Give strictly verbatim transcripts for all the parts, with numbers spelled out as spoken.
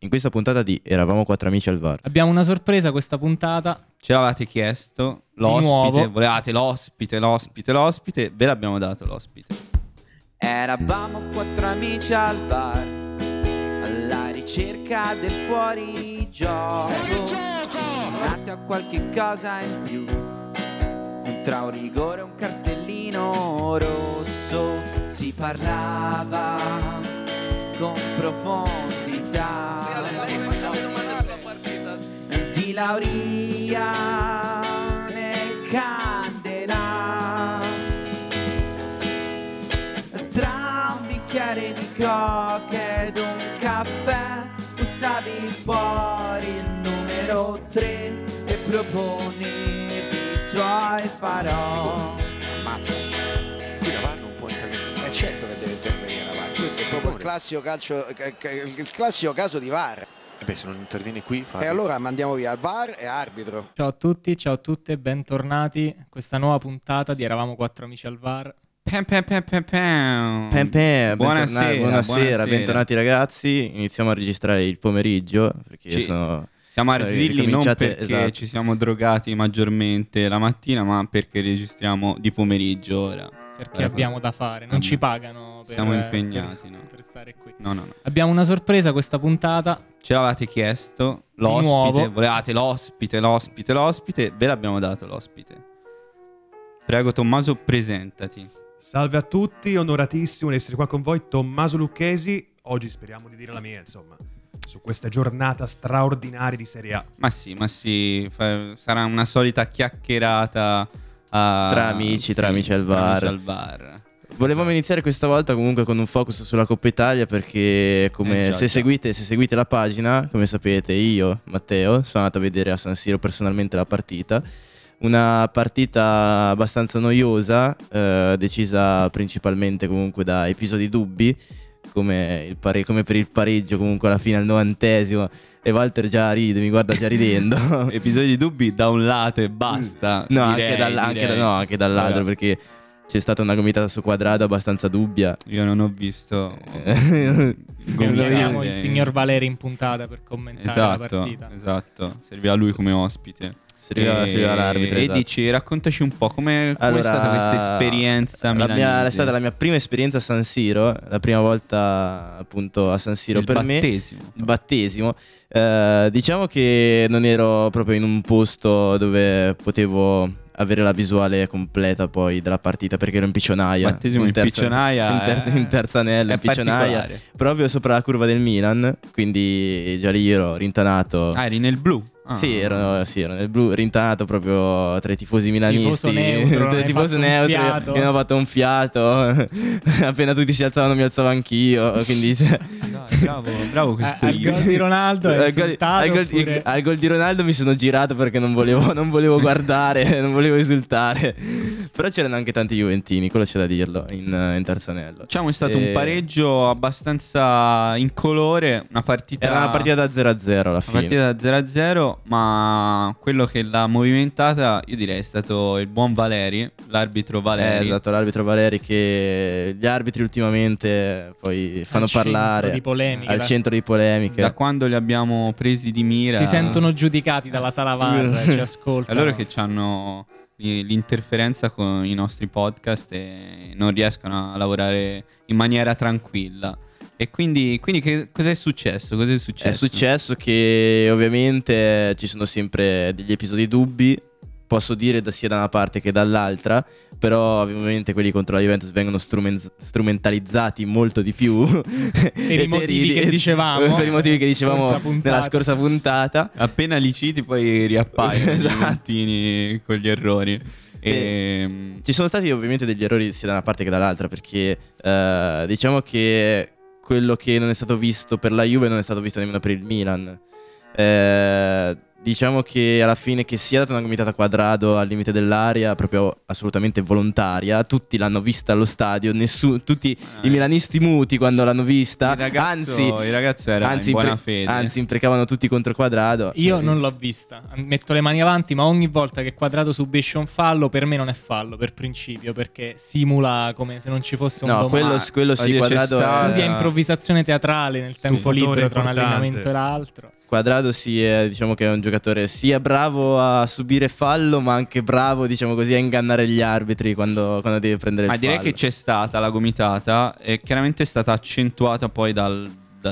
in questa puntata di Eravamo quattro amici al V A R. Abbiamo una sorpresa questa puntata. Ce l'avete chiesto, l'ospite, volevate l'ospite, l'ospite, l'ospite, ve l'abbiamo dato l'ospite. Eravamo quattro amici al bar, alla ricerca del fuorigioco, nati a qualche cosa in più, tra un rigore e un cartellino rosso, si parlava con profondità di Lauria nel Candela, tra un bicchiere di coca ed un caffè buttavi fuori il numero tre e proponevi i tuoi farò. Ammazza, qui la V A R non può intervenire. È certo che deve intervenire la V A R. Questo è proprio il classico calcio, il classico caso di V A R. E beh, se non interviene qui, E allora mandiamo via il V A R e arbitro. Ciao a tutti, ciao a tutte, bentornati a questa nuova puntata di Eravamo quattro amici al V A R. Pam, pam, pam, pam, pam. Pem pem, Buonasera, bentornati- buonasera, buonasera. bentornati ragazzi. Iniziamo a registrare il pomeriggio perché Sì. sono... Siamo Eh, arzilli non ricominciate- perché esatto. ci siamo drogati maggiormente la mattina, ma perché registriamo di pomeriggio ora. Perché Eh, abbiamo da fare, non ci pagano per, Siamo eh, impegnati, per, no. per stare qui. No, no, no. Abbiamo una sorpresa questa puntata. Ce l'avete chiesto, nuovo. l'ospite, volevate l'ospite, l'ospite, l'ospite, ve l'abbiamo dato l'ospite. Prego Tommaso, presentati. Salve a tutti, onoratissimo di essere qua con voi, Tommaso Lucchesi. Oggi speriamo di dire la mia, insomma, su questa giornata straordinaria di Serie A. Ma sì, ma sì, fa- sarà una solita chiacchierata a- Tra amici, tra amici al tra bar. amici al bar. Volevamo Esatto. iniziare questa volta comunque con un focus sulla Coppa Italia perché come Eh, già, se, già. Seguite, se seguite la pagina, come sapete io, Matteo, sono andato a vedere a San Siro personalmente la partita. Una partita abbastanza noiosa, eh, decisa principalmente comunque da episodi dubbi, come, il pare- come per il pareggio comunque alla fine al novantesimo. E Walter già ride, mi guarda già ridendo. Episodi di dubbi da un lato e basta. No, direi, anche, dal- anche da- direi. no, anche dall'altro, Allora, perché c'è stata una gomitata su Quadrado abbastanza dubbia. io non ho visto. Eh, Chiamiamo Gomitate. il signor Valeri in puntata per commentare la Esatto, partita. esatto. Serviva lui come ospite. Serviva, e, serviva l'arbitro, e esatto. dici, raccontaci un po' come è Allora, stata questa esperienza la milanese. mia, è stata la mia prima esperienza a San Siro, la prima volta appunto a San Siro Il per me. battesimo. Il battesimo. Eh, diciamo che non ero proprio in un posto dove potevo avere la visuale completa poi della partita perché ero in piccionaia. Battesimo in terza- piccionaia in, ter- è- in terza anello, è in piccionaia, particolare. proprio sopra la curva del Milan, quindi già lì ero rintanato. Ah, eri nel blu? Ah. Sì, ero, sì, ero nel blu, rintanato proprio tra i tifosi milanisti. Tifoso neutro, non Tra i hai tifosi fatto un neutri, fiato. mi hanno fatto un fiato. Appena tutti si alzavano mi alzavo anch'io. Quindi cioè, Dai, bravo, bravo questo Eh, al io. gol di Ronaldo è al, gol, insultato al gol- oppure- al gol di Ronaldo mi sono girato perché non volevo, non volevo guardare, non volevo esultare. Però c'erano anche tanti juventini, quello c'è da dirlo, in, in terza anello. Diciamo è stato E- un pareggio abbastanza incolore, una partita Era una partita da zero a zero alla una fine. partita da zero a zero, ma quello che l'ha movimentata, io direi, è stato il buon Valeri, l'arbitro Eh, Valeri. esatto, l'arbitro Valeri, che gli arbitri ultimamente poi fanno al centro parlare di polemiche, al da- centro di polemiche. Da quando li abbiamo presi di mira. si sentono giudicati dalla sala V A R, ci ascoltano. Allora che hanno l'interferenza con i nostri podcast e non riescono a lavorare in maniera tranquilla. E quindi, quindi che, cos'è successo? Cos'è successo? È successo che ovviamente ci sono sempre degli episodi dubbi, posso dire da sia da una parte che dall'altra, però ovviamente quelli contro la Juventus vengono strumen- strumentalizzati molto di più. Per i E motivi ridi- che dicevamo. Per i motivi che dicevamo Scorsa puntata. nella scorsa puntata. Appena li citi poi riappaiono i Esatto. Juventini con gli errori. E, Ci sono stati ovviamente degli errori sia da una parte che dall'altra, perché eh, diciamo che quello che non è stato visto per la Juve non è stato visto nemmeno per il Milan. Eh, Diciamo che alla fine che sia data una gomitata Quadrado al limite dell'area, proprio assolutamente volontaria, tutti l'hanno vista allo stadio, nessuno, tutti Eh. i milanisti muti quando l'hanno vista, Il ragazzo, anzi, il ragazzo era anzi, in buona impre- fede. anzi imprecavano tutti contro Quadrado. Io Eh, non l'ho vista, metto le mani avanti, ma ogni volta che Quadrado subisce un fallo, per me non è fallo, per principio, perché simula come se non ci fosse un No, domani. quello, quello sì, Oddio, c'è Quadrado, stato- Studia è- improvvisazione teatrale nel tempo Tuffatore libero tra un importante. allenamento e l'altro. Quadrado sì, è, diciamo che è un giocatore sia bravo a subire fallo, ma anche bravo, diciamo così, a ingannare gli arbitri quando, quando deve prendere Ma il direi fallo. che c'è stata la gomitata e chiaramente è stata accentuata poi dal,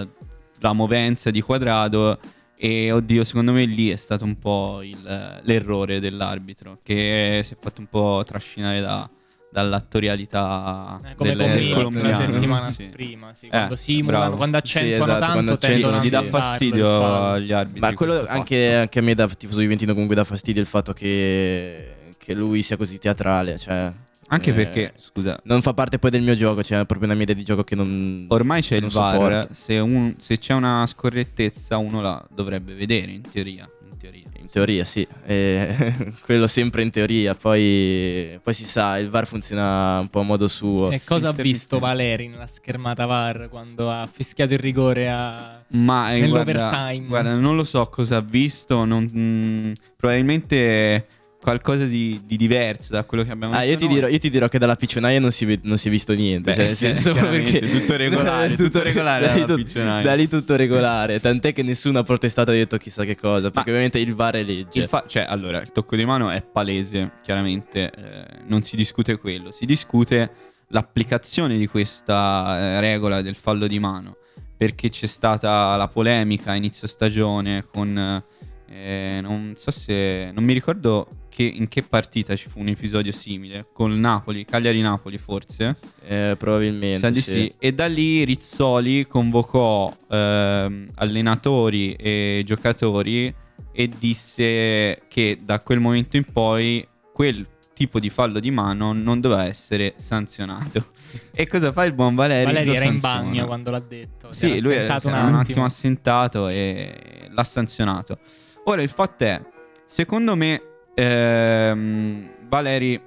dalla movenza di Quadrado e oddio secondo me lì è stato un po' il- l'errore dell'arbitro che si è fatto un po' trascinare da, dall'attorialità Eh, come delle- con del Milik colombiano. la settimana Sì. prima, sì, Eh, quando simulano, bravo. quando Sì, accentuano esatto, tanto quando tendono a Gli dà sì. farlo, fastidio il fallo. agli arbitri. Ma quello questo anche, fatto. anche a me da tifoso juventino comunque dà fastidio il fatto che, che lui sia così teatrale, cioè, Anche eh, perché, scusa, non fa parte poi del mio gioco, c'è proprio una mia idea di gioco che non ormai c'è che il non V A R, sopporto. se, un- se c'è una scorrettezza uno la dovrebbe vedere in teoria. In teoria. In teoria sì, eh, quello sempre in teoria, poi, poi si sa, il V A R funziona un po' a modo suo. E cosa ha visto Intermittenza. Valeri nella schermata V A R quando ha fischiato il rigore a... Ma eh, guarda, nell'overtime? guarda, non lo so cosa ha visto, non- mm, probabilmente qualcosa di, di diverso da quello che abbiamo Ah, visto io ti, noi. dirò, io ti dirò che dalla piccionaia non si, ve- non si è visto niente. Beh, cioè, nel senso, chiaramente, perché- tutto regolare, tutto regolare da lì dalla tut- piccionaia. Da lì tutto regolare. Tant'è che nessuno ha protestato e ha detto chissà che cosa. Perché ovviamente il V A R è legge. Il fa- cioè, allora, il tocco di mano è palese, chiaramente, eh, non si discute quello, si discute l'applicazione di questa eh, regola del fallo di mano, perché c'è stata la polemica a inizio stagione con, eh, non so se, non mi ricordo che, in che partita ci fu un episodio simile, con Napoli, Cagliari-Napoli forse, Eh, probabilmente. sa di sì. sì. E da lì Rizzoli convocò ehm, allenatori e giocatori e disse che da quel momento in poi quel tipo di fallo di mano non doveva essere sanzionato. E cosa fa il buon Valeri? Valeri Lo era in sanziona. bagno quando l'ha detto. si Sì, lui era era assentato si un era un attimo. attimo assentato e l'ha sanzionato. Ora il fatto è, secondo me ehm, Valeri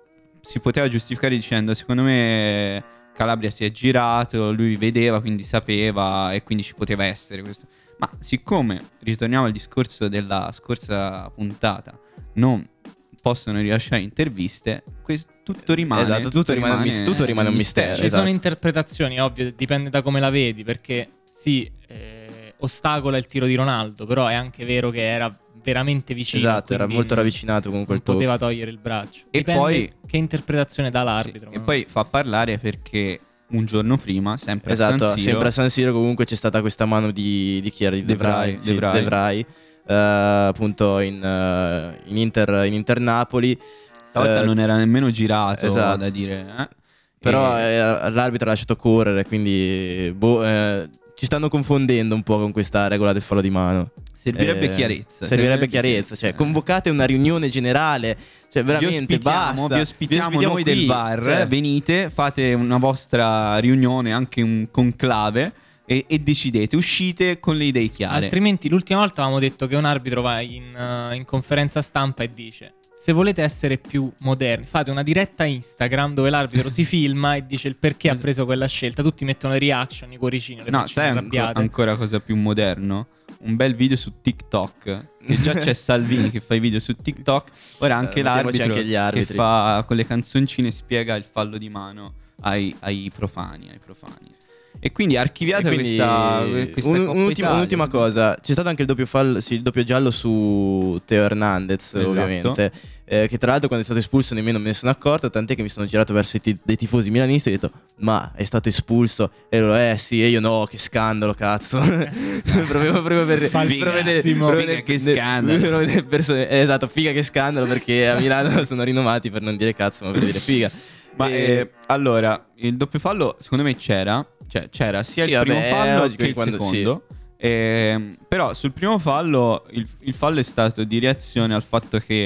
si poteva giustificare dicendo secondo me Calabria si è girato, lui vedeva, quindi sapeva e quindi ci poteva essere questo. Ma siccome, ritorniamo al discorso della scorsa puntata, non possono rilasciare interviste, questo tutto rimane Esatto, tutto rimane un mis- tutto rimane un mistero. Ci esatto. sono interpretazioni, ovvio, dipende da come la vedi, perché sì, eh, ostacola il tiro di Ronaldo, però è anche vero che era veramente vicino. Esatto, era quindi molto non- ravvicinato comunque non il tocco. poteva togliere il braccio. E Dipende poi- che interpretazione dà l'arbitro. Sì, E ma- poi fa parlare perché un giorno prima, sempre a Esatto, San Siro, sempre a San Siro comunque c'è stata questa mano di, di chi era? Di De De Vrij, Vrij, sì, De Vrij. De Vrij, eh, appunto in, eh, in Inter, in Inter Napoli. stavolta Eh, non era nemmeno girato esatto. da dire. eh. Però E- eh, l'arbitro ha lasciato correre, quindi boh, eh, ci stanno confondendo un po' con questa regola del fallo di mano. servirebbe Eh, chiarezza. Servirebbe chiarezza, cioè convocate una riunione generale, cioè vi veramente ospitiamo, basta. vi ospitiamo, Vi ospitiamo noi qui, del V A R, cioè. venite, fate una vostra riunione, anche un conclave e, e decidete, uscite con le idee chiare. Altrimenti l'ultima volta avevamo detto che un arbitro va in, eh, in conferenza stampa e dice: se volete essere più moderni, fate una diretta Instagram dove l'arbitro si filma e dice il perché ha preso quella scelta. Tutti mettono le reaction, i cuoricini, le No, facce sai anco- arrabbiate. ancora cosa più moderno? Un bel video su TikTok. Che già c'è Salvini che fa i video su TikTok. Ora anche Eh, mettiamoci l'arbitro anche gli che arbitri. fa con le canzoncine spiega il fallo di mano ai, ai profani, ai profani. E quindi archiviate E quindi, questa, questa un- Coppa un'ultima, Italia. un'ultima cosa, c'è stato anche il doppio, fallo, sì, il doppio giallo su Teo Hernandez, Esatto. ovviamente, eh, che tra l'altro quando è stato espulso nemmeno me ne sono accorto, tant'è che mi sono girato verso i ti- dei tifosi milanisti e ho detto ma è stato espulso? E loro eh sì, e io no, che scandalo cazzo. proprio, proprio per Falsissimo. per vedere- per Figa, vedere- che scandalo. per vedere persone- eh, esatto, figa che scandalo, perché a Milano sono rinomati per non dire cazzo ma per dire figa. Ma E- eh, allora, il doppio fallo secondo me c'era, cioè c'era sia Sì, il primo vabbè, è fallo logico che che il quando- secondo. Ehm, però sul primo fallo il, il fallo è stato di reazione al fatto che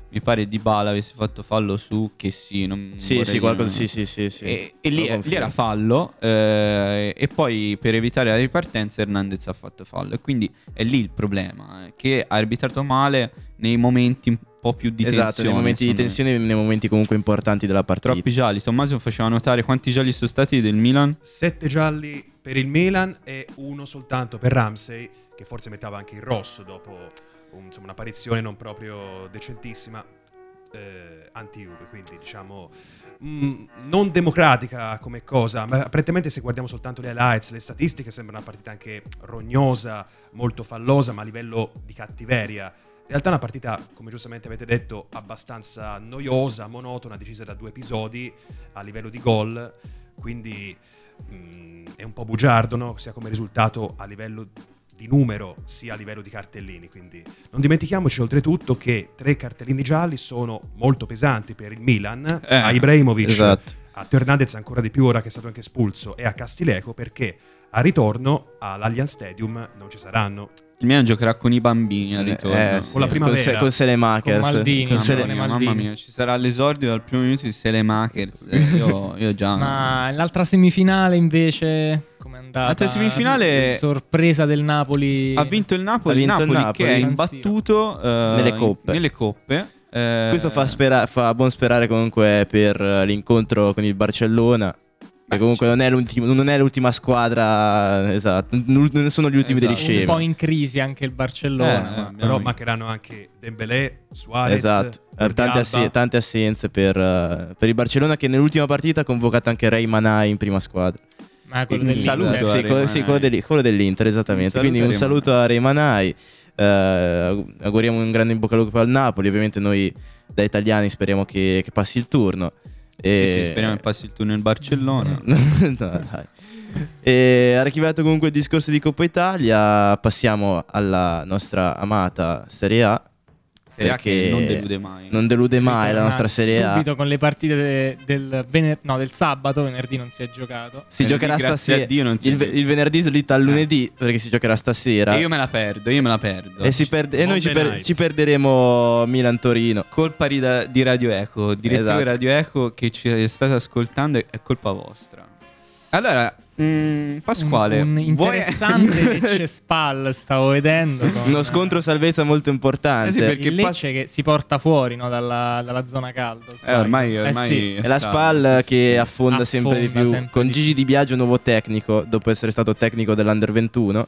mi pare Dybala avesse fatto fallo su che sì, non Sì, vorrei sì, dire- qualcosa, sì, sì, sì, sì. E, e lì, Lo lì confermo. era fallo, eh, e poi per evitare la ripartenza Hernandez ha fatto fallo, e quindi è lì il problema, eh, che ha arbitrato male nei momenti un po' più di Esatto, tensione. nei momenti di secondo me. tensione, nei momenti comunque importanti della partita. Troppi gialli. Tommaso faceva notare quanti gialli sono stati del Milan. Sette gialli per il Milan e uno soltanto per Ramsey, che forse metteva anche il rosso dopo un- insomma, un'apparizione non proprio decentissima eh, anti-Juve, quindi diciamo mh, non democratica come cosa, ma apparentemente se guardiamo soltanto le highlights, le statistiche, sembra una partita anche rognosa, molto fallosa, ma a livello di cattiveria. In realtà è una partita, come giustamente avete detto, abbastanza noiosa, monotona, decisa da due episodi a livello di gol, quindi mh, è un po' bugiardo, no? Sia come risultato a livello di numero sia a livello di cartellini, quindi non dimentichiamoci oltretutto che tre cartellini gialli sono molto pesanti per il Milan, Eh, a Ibrahimovic, esatto. a Teo Hernandez ancora di più ora che è stato anche espulso e a Castileco, perché a ritorno all'Allianz Stadium non ci saranno. Il Milan giocherà con i bambini al ritorno. Eh, Con la sì, primavera. Con, Se- con Selemakers. Con Maldini, Con mamma Sele- mia. Mamma Maldini. mia, ci sarà l'esordio dal primo minuto di Selemakers. io, io già. Ma l'altra semifinale invece come è andata? L'altra semifinale- Sorpresa del Napoli. Ha vinto il Napoli, Ha vinto il Napoli, Napoli. che è San imbattuto eh, Nelle coppe. Nelle coppe. Eh, Questo fa, spera- fa buon sperare comunque per eh, l'incontro con il Barcellona. Che comunque non è, l'ultimo- non è l'ultima squadra, esatto, non non sono gli ultimi Esatto. degli un scemi. po' in crisi anche il Barcellona. Eh, ma- abbiamo- Però mancheranno anche Dembélé, Suarez, Esatto, Jordi tante, Alba. assi- tante assenze per, eh, per il Barcellona, che nell'ultima partita ha convocato anche Ray Manai in prima squadra. Ma quello Un del saluto Inter. a Sì, Ray quello, sì, Manai. quello dell'I- quello dell'Inter, esattamente. Un saluto Quindi a un Ray saluto a Ray Manai. eh, auguriamo un grande in bocca al lupo al Napoli. Ovviamente noi da italiani speriamo che, che passi il turno. Sì, E- sì, speriamo che passi il turno nel Barcellona. no, dai. E archiviato comunque il discorso di Coppa Italia, passiamo alla nostra amata Serie A. Serie A perché che non delude mai. Non delude mai la Ritorna nostra Serie A. subito con le partite de- del, vener- no, del sabato, venerdì non si è giocato. Si Venerdì, giocherà grazie stasera. a Dio non si il, ve- vede. il venerdì slita al lunedì perché si giocherà stasera. E io me la perdo, io me la perdo. E, si perde- e noi ci, Monday per- night. ci perderemo Milan-Torino. Colpa di, di Radio Eco, direttore Esatto. Radio Eco che ci state ascoltando, è è colpa vostra. Allora, mm, Pasquale, un, un vuoi- interessante Lecce Spal stavo vedendo con, Uno scontro salvezza molto importante. Eh sì, perché il Lecce che si porta fuori, no, dalla, dalla zona calda. o Eh, sbaglio? ormai, Eh ormai sì. È la sta- Spal sì, sì, che sì. affonda, sempre di Affonda più. sempre Con di Gigi Di Biagio, nuovo tecnico, dopo essere stato tecnico dell'Under ventuno.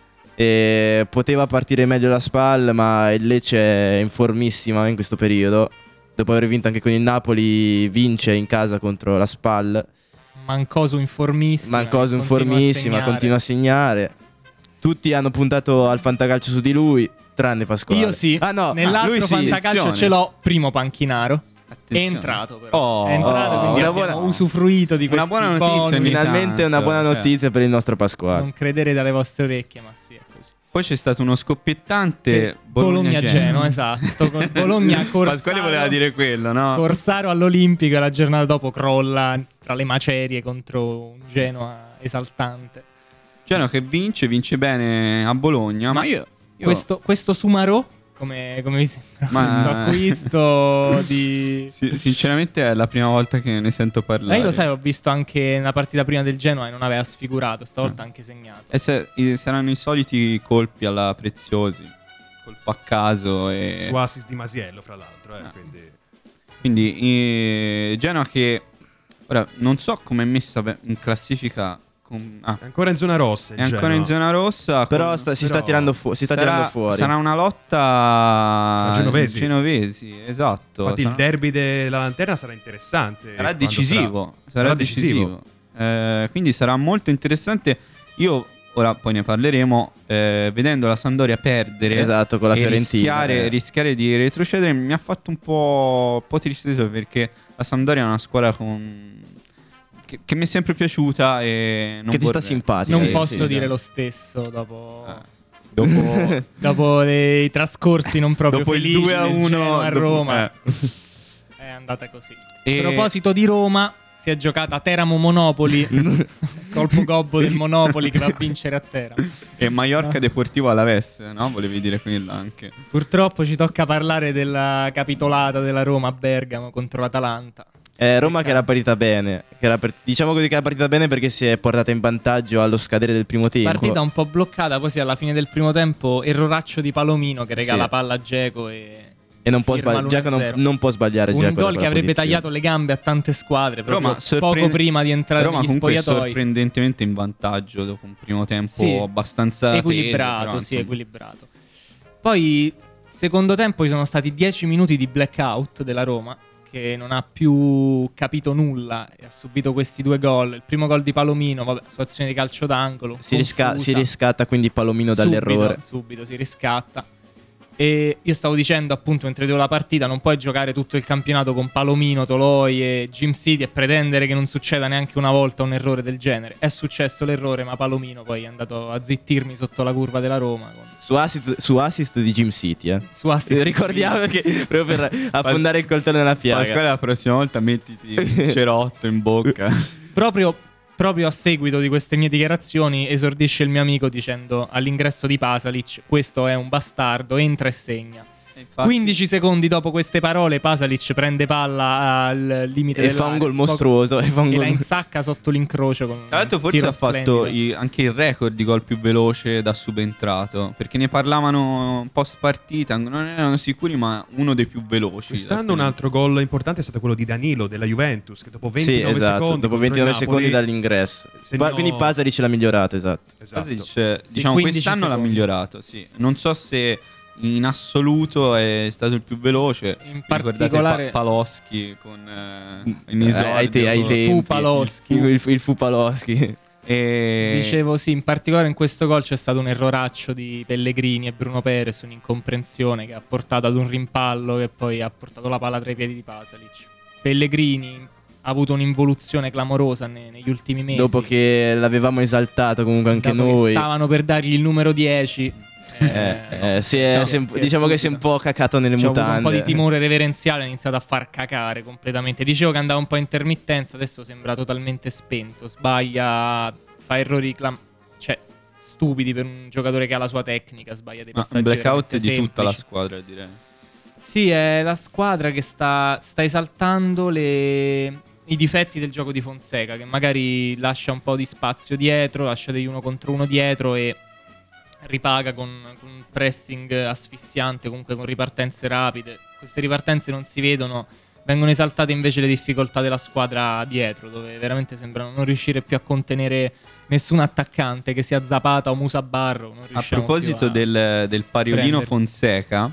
E poteva partire meglio la Spal, ma il Lecce è in formissima in questo periodo. Dopo aver vinto anche con il Napoli, vince in casa contro la Spal. Mancosu in formissima. Mancosu in che continua a formissima, segnare. continua a segnare. Tutti hanno puntato al fantacalcio su di lui, tranne Pasquale. Io sì, Ah no, nell'altro lui sì, fantacalcio attenzione. ce l'ho, primo panchinaro. È Attenzione. entrato però. Oh, è entrato, oh, quindi una abbiamo buona- usufruito di una questi buona notizia bonus. ogni finalmente una tanto, buona eh. notizia per il nostro Pasquale. Non credere dalle vostre orecchie, ma sì, è così. Poi c'è stato uno scoppiettante Bologna-Genoa, Bologna-Genoa. esatto. Con Bologna Corsaro, Pasquale voleva dire quello, no? Corsaro all'Olimpico e la giornata dopo crolla tra le macerie contro un Genoa esaltante. Genoa che vince, vince bene a Bologna, ma, io, io Questo, questo Sumarò, come, come vi sembra, Ma- questo acquisto di... si- sinceramente è la prima volta che ne sento Ma parlare. io lo sai, l'ho visto anche nella partita prima del Genoa e non aveva sfigurato, stavolta ha anche segnato. E se- i- saranno i soliti colpi alla Preziosi, colpo a caso e... Su assist di Masiello, fra l'altro, eh, Ah. quindi Quindi eh, Genoa che ora non so come è messa per- in classifica con- ah, è ancora in zona rossa. il è ancora Genoa. in zona rossa Però con- sta- si, però sta tirando fu- si sta sarà, tirando fuori. sarà una lotta genovesi. genovesi, esatto. Infatti sarà, il derby della lanterna sarà interessante. sarà quando decisivo, sarà, sarà decisivo. Eh, quindi sarà molto interessante. Io ora poi ne parleremo, eh, vedendo la Sampdoria perdere, Esatto, con la e Fiorentina. rischiare, eh. rischiare di retrocedere mi ha fatto un po', un po' tristezza, perché la Sampdoria è una squadra con... che, che mi è sempre piaciuta e non Che ti sta vorrei- simpatica. Non sì, posso sì. dire lo stesso dopo, Ah. dopo, dopo dei trascorsi non proprio dopo il felici due a del uno Genoa a dopo- Roma. eh. È andata così. E- A proposito di Roma, si è giocata Teramo Monopoli, colpo gobbo del Monopoli che va a vincere a Teramo. E Mallorca Deportivo Alaves, no? Volevi dire quella anche. Purtroppo ci tocca parlare della capitolata della Roma a Bergamo contro l'Atalanta. Eh, Roma che era partita bene, che era per- diciamo così che era partita bene perché si è portata in vantaggio allo scadere del primo tempo. Partita un po' bloccata, poi sì, alla fine del primo tempo erroraccio di Palomino che regala Sì. palla a Dzeko e, E non può, firma sbagli- Dzeko non, l'uno a zero. non può sbagliare un Dzeko da gol che quella avrebbe posizione. tagliato le gambe a tante squadre proprio Roma sorpre- poco prima di entrare Roma negli comunque è spogliatoi. sorprendentemente in vantaggio dopo un primo tempo Sì, abbastanza equilibrato, teso, però, sì, insomma. equilibrato. Poi secondo tempo ci sono stati dieci minuti di blackout della Roma che non ha più capito nulla e ha subito questi due gol. Il primo gol di Palomino, vabbè, su azione di calcio d'angolo, Si, risca- confusa. si riscatta quindi Palomino dall'errore. Subito, subito si riscatta. E io stavo dicendo appunto mentre vedevo la partita, non puoi giocare tutto il campionato con Palomino, Toloi e Jim City e pretendere che non succeda neanche una volta un errore del genere. È successo l'errore, ma Palomino poi è andato a zittirmi sotto la curva della Roma con... Su assist, su assist di Jim City, eh. su assist. Ricordiamo che proprio per affondare il coltello nella piaga. Pasquale, la prossima volta mettiti un cerotto in bocca. Proprio, proprio a seguito di queste mie dichiarazioni esordisce il mio amico dicendo all'ingresso di Pasalic: questo è un bastardo, entra e segna. Infatti, quindici secondi dopo queste parole Pasalic prende palla al limite E dell'area, fa un gol mostruoso. E fa un e la gol... insacca sotto l'incrocio con tra l'altro un forse tiro ha fatto splendido. i- anche il record di gol più veloce da subentrato, perché ne parlavano post partita, non erano sicuri, ma uno dei più veloci. Quest'anno un altro gol importante è stato quello di Danilo della Juventus, che dopo ventinove Sì, esatto, secondi dopo contro il ventinove Napoli- secondi dall'ingresso. segnò- Pa- Quindi Pasalic l'ha migliorato, esatto. Esatto. Pasalic, Sì, diciamo, quindici quest'anno l'ha secondi. migliorato, sì. Non so se in assoluto è stato il più veloce. In Vi ricordate particolare- Pa- Paloschi con eh, in Eh, esordio, ai, te- ai con- tempi. Fu Paloschi. Il, il, il fu Paloschi. E... Dicevo sì, in particolare in questo gol c'è stato un erroraccio di Pellegrini e Bruno Perez, un'incomprensione che ha portato ad un rimpallo che poi ha portato la palla tra i piedi di Pasalic. Pellegrini ha avuto un'involuzione clamorosa ne- negli ultimi mesi. Dopo che l'avevamo esaltato comunque anche Dopo che noi. stavano per dargli il numero dieci. Eh, eh, si è- diciamo, si è un- si è diciamo che si è subito. un po' cacato nelle C'è avuto mutande. un po' di timore reverenziale, ha iniziato a far cacare completamente. Dicevo che andava un po' a intermittenza, adesso sembra totalmente spento. Sbaglia, fa errori clam- cioè, stupidi per un giocatore che ha la sua tecnica. Sbaglia dei Ma passaggi un blackout veramente di tutta la semplici. squadra, direi. Sì, è la squadra che sta, sta esaltando le- i difetti del gioco di Fonseca, che magari lascia un po' di spazio dietro, lascia degli uno contro uno dietro e ripaga con, con un pressing asfissiante, comunque con ripartenze rapide. Queste ripartenze non si vedono, vengono esaltate invece le difficoltà della squadra dietro, dove veramente sembrano non riuscire più a contenere nessun attaccante, che sia Zapata o Musa Barro. Non A riusciamo proposito più a- del, del pariolino prendere. Fonseca,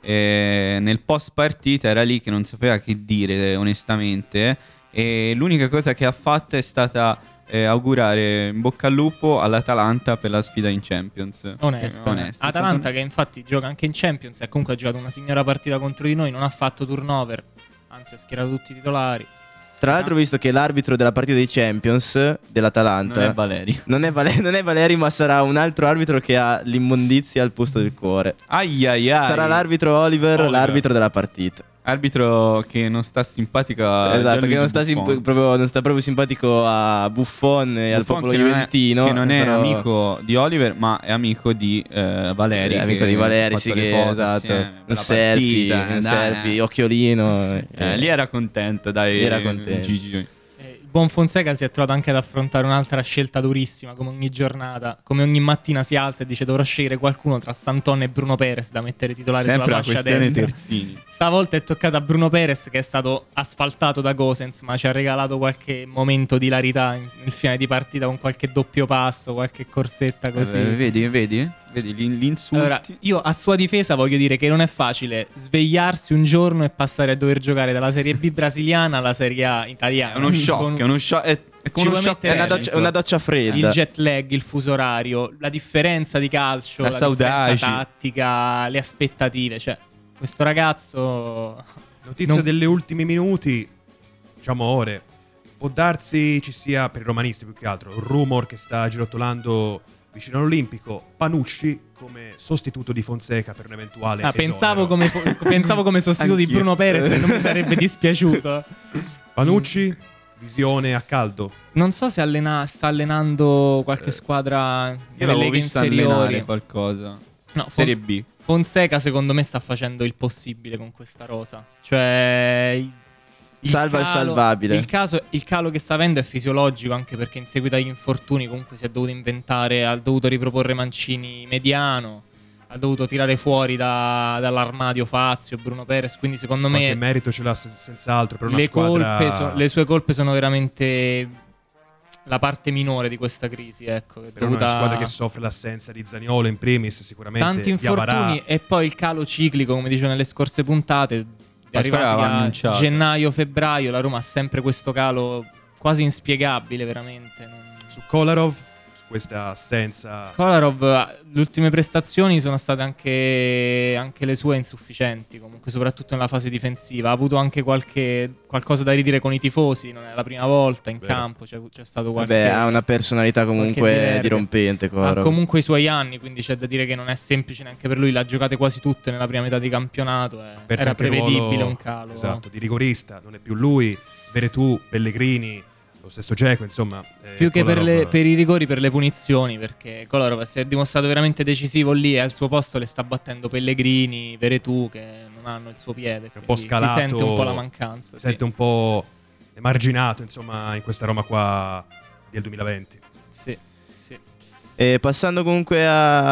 eh, nel post partita era lì che non sapeva che dire, onestamente. E l'unica cosa che ha fatto è stata eh, augurare in bocca al lupo all'Atalanta per la sfida in Champions. Onesta, Eh, onesta. Atalanta È stato- che infatti gioca anche in Champions e comunque ha giocato una signora partita contro di noi, non ha fatto turnover, anzi ha schierato tutti i titolari. Tra l'altro ho visto che l'arbitro della partita dei Champions dell'Atalanta Non è Valeri. non è, Vale- non è Valeri, ma sarà un altro arbitro che ha l'immondizia al posto del cuore. Ai ai ai. Sarà l'arbitro Oliver, Oliver. l'arbitro della partita. Arbitro che non sta simpatico a esatto, che Gianluigi non sta, simp- Buffon. proprio, non sta proprio simpatico a Buffon e al Buffon popolo che non è- juventino. che non è però- amico di Oliver, ma è amico di eh, Valeri. È amico che di Valeri, si sì, è fatto le che foto esatto. assieme per Un la selfie, partita, un dai, selfie, eh. occhiolino. Eh, eh. lì era contento, dai. Era contento. Gigi. Eh, il buon Fonseca si è trovato anche ad affrontare un'altra scelta durissima, come ogni giornata, come ogni mattina si alza e dice dovrò scegliere qualcuno tra Santon e Bruno Perez da mettere titolare Sempre sulla la fascia questione destra. terzini. Stavolta è toccata a Bruno Perez, che è stato asfaltato da Gosens, ma ci ha regalato qualche momento di hilarità in- nel finale di partita con qualche doppio passo, qualche corsetta così. Eh, vedi, vedi? Vedi gli, gli insulti. Allora, io a sua difesa voglio dire che non è facile svegliarsi un giorno e passare a dover giocare dalla Serie B brasiliana alla Serie A italiana. è uno shock, Con è uno shock. È, è come Ci uno vuoi shock. mettere- È una doccia, è una doccia fredda. il jet lag, il fuso orario, la differenza di calcio, La la, saudade. differenza tattica, le aspettative. Cioè, questo ragazzo... Notizia Non- delle ultimi minuti, diciamo ore. Può darsi ci sia, per i romanisti più che altro, un rumor che sta girottolando vicino all'Olimpico, Panucci come sostituto di Fonseca per un eventuale Ah, pensavo, esonero. come, pensavo come sostituto di Anch'io. Bruno Perez e non mi sarebbe dispiaciuto. Panucci visione a caldo. Non so se allena- sta allenando qualche Eh, squadra Io nelle l'avevo leghe visto inferiori. allenare qualcosa. No, Serie Fon- B. Fonseca secondo me sta facendo il possibile con questa rosa. Cioè il Salva il salvabile. Il, caso, il calo che sta avendo è fisiologico, anche perché in seguito agli infortuni comunque si è dovuto inventare, ha dovuto riproporre Mancini mediano, ha dovuto tirare fuori da- dall'armadio Fazio, Bruno Perez, quindi secondo Qualche me merito ce l'ha se- senz'altro per una le, squadra. colpe so- le sue colpe sono veramente la parte minore di questa crisi, ecco, che è Per una dovuta squadra che soffre l'assenza di Zaniolo in primis, sicuramente tanti Diawara- infortuni e poi il calo ciclico, come dicevo nelle scorse puntate, La squadra arrivati l'aveva a annunciato. gennaio-febbraio la Roma ha sempre questo calo quasi inspiegabile, veramente. Non- Su Kolarov, su questa assenza. Kolarov, le ultime prestazioni sono state anche, anche le sue insufficienti, comunque, soprattutto nella fase difensiva. Ha avuto anche qualche, qualcosa da ridire con i tifosi, non è la prima volta in Vero. campo, c'è, c'è stato qualche... Vabbè, ha una personalità qualche comunque diverbio. dirompente. Ha Kolarov. comunque i suoi anni, quindi c'è da dire che non è semplice neanche per lui. L'ha giocate quasi tutte nella prima metà di campionato. eh. perso Era anche il prevedibile ruolo, un calo. esatto, di rigorista, non è più lui. Veretù, Pellegrini, lo stesso Dzeko, insomma. eh, Più che per, Kolarov- le- per i rigori, per le punizioni, perché Kolarov si è dimostrato veramente decisivo lì e al suo posto le sta battendo Pellegrini, Veretù, che non hanno il suo piede. È un po' quindi scalato, si sente un po' la mancanza. Si sì. sente un po' emarginato, insomma, in questa Roma qua del duemilaventi. Sì, sì. E passando comunque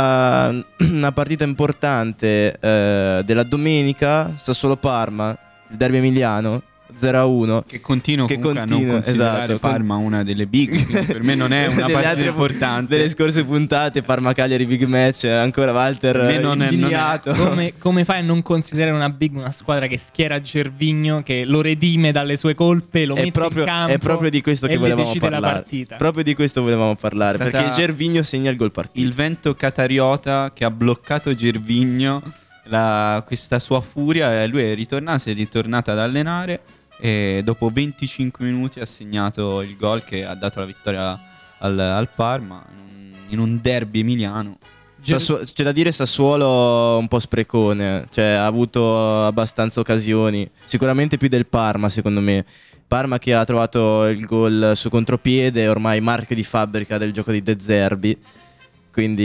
a una partita importante eh, della domenica, Sassuolo-Parma, il derby emiliano, zero a uno. Che continuo Che comunque a continua, non considerare esatto, Parma una delle big, quindi per me non è una Delle partita altre- importante. Delle scorse puntate, Parma-Cagliari big match, ancora Walter Per me non è- non è- indignato. Come, come fai a non considerare una big una squadra che schiera Gervinho, che lo redime dalle sue colpe, lo È mette proprio, in campo è proprio di questo e che le volevamo decide parlare. la partita? Proprio di questo volevamo parlare, È stata- perché Gervinho segna il gol partita. Il vento catariota che ha bloccato Gervinho, la- questa sua furia, e lui è ritornato, si è ritornato ad allenare e dopo venticinque minuti ha segnato il gol che ha dato la vittoria al, al Parma in un, in un derby emiliano. Sassu- c'è da dire Sassuolo un po' sprecone, cioè ha avuto abbastanza occasioni, sicuramente più del Parma secondo me. Parma che ha trovato il gol su contropiede, ormai marchio di fabbrica del gioco di De Zerbi, quindi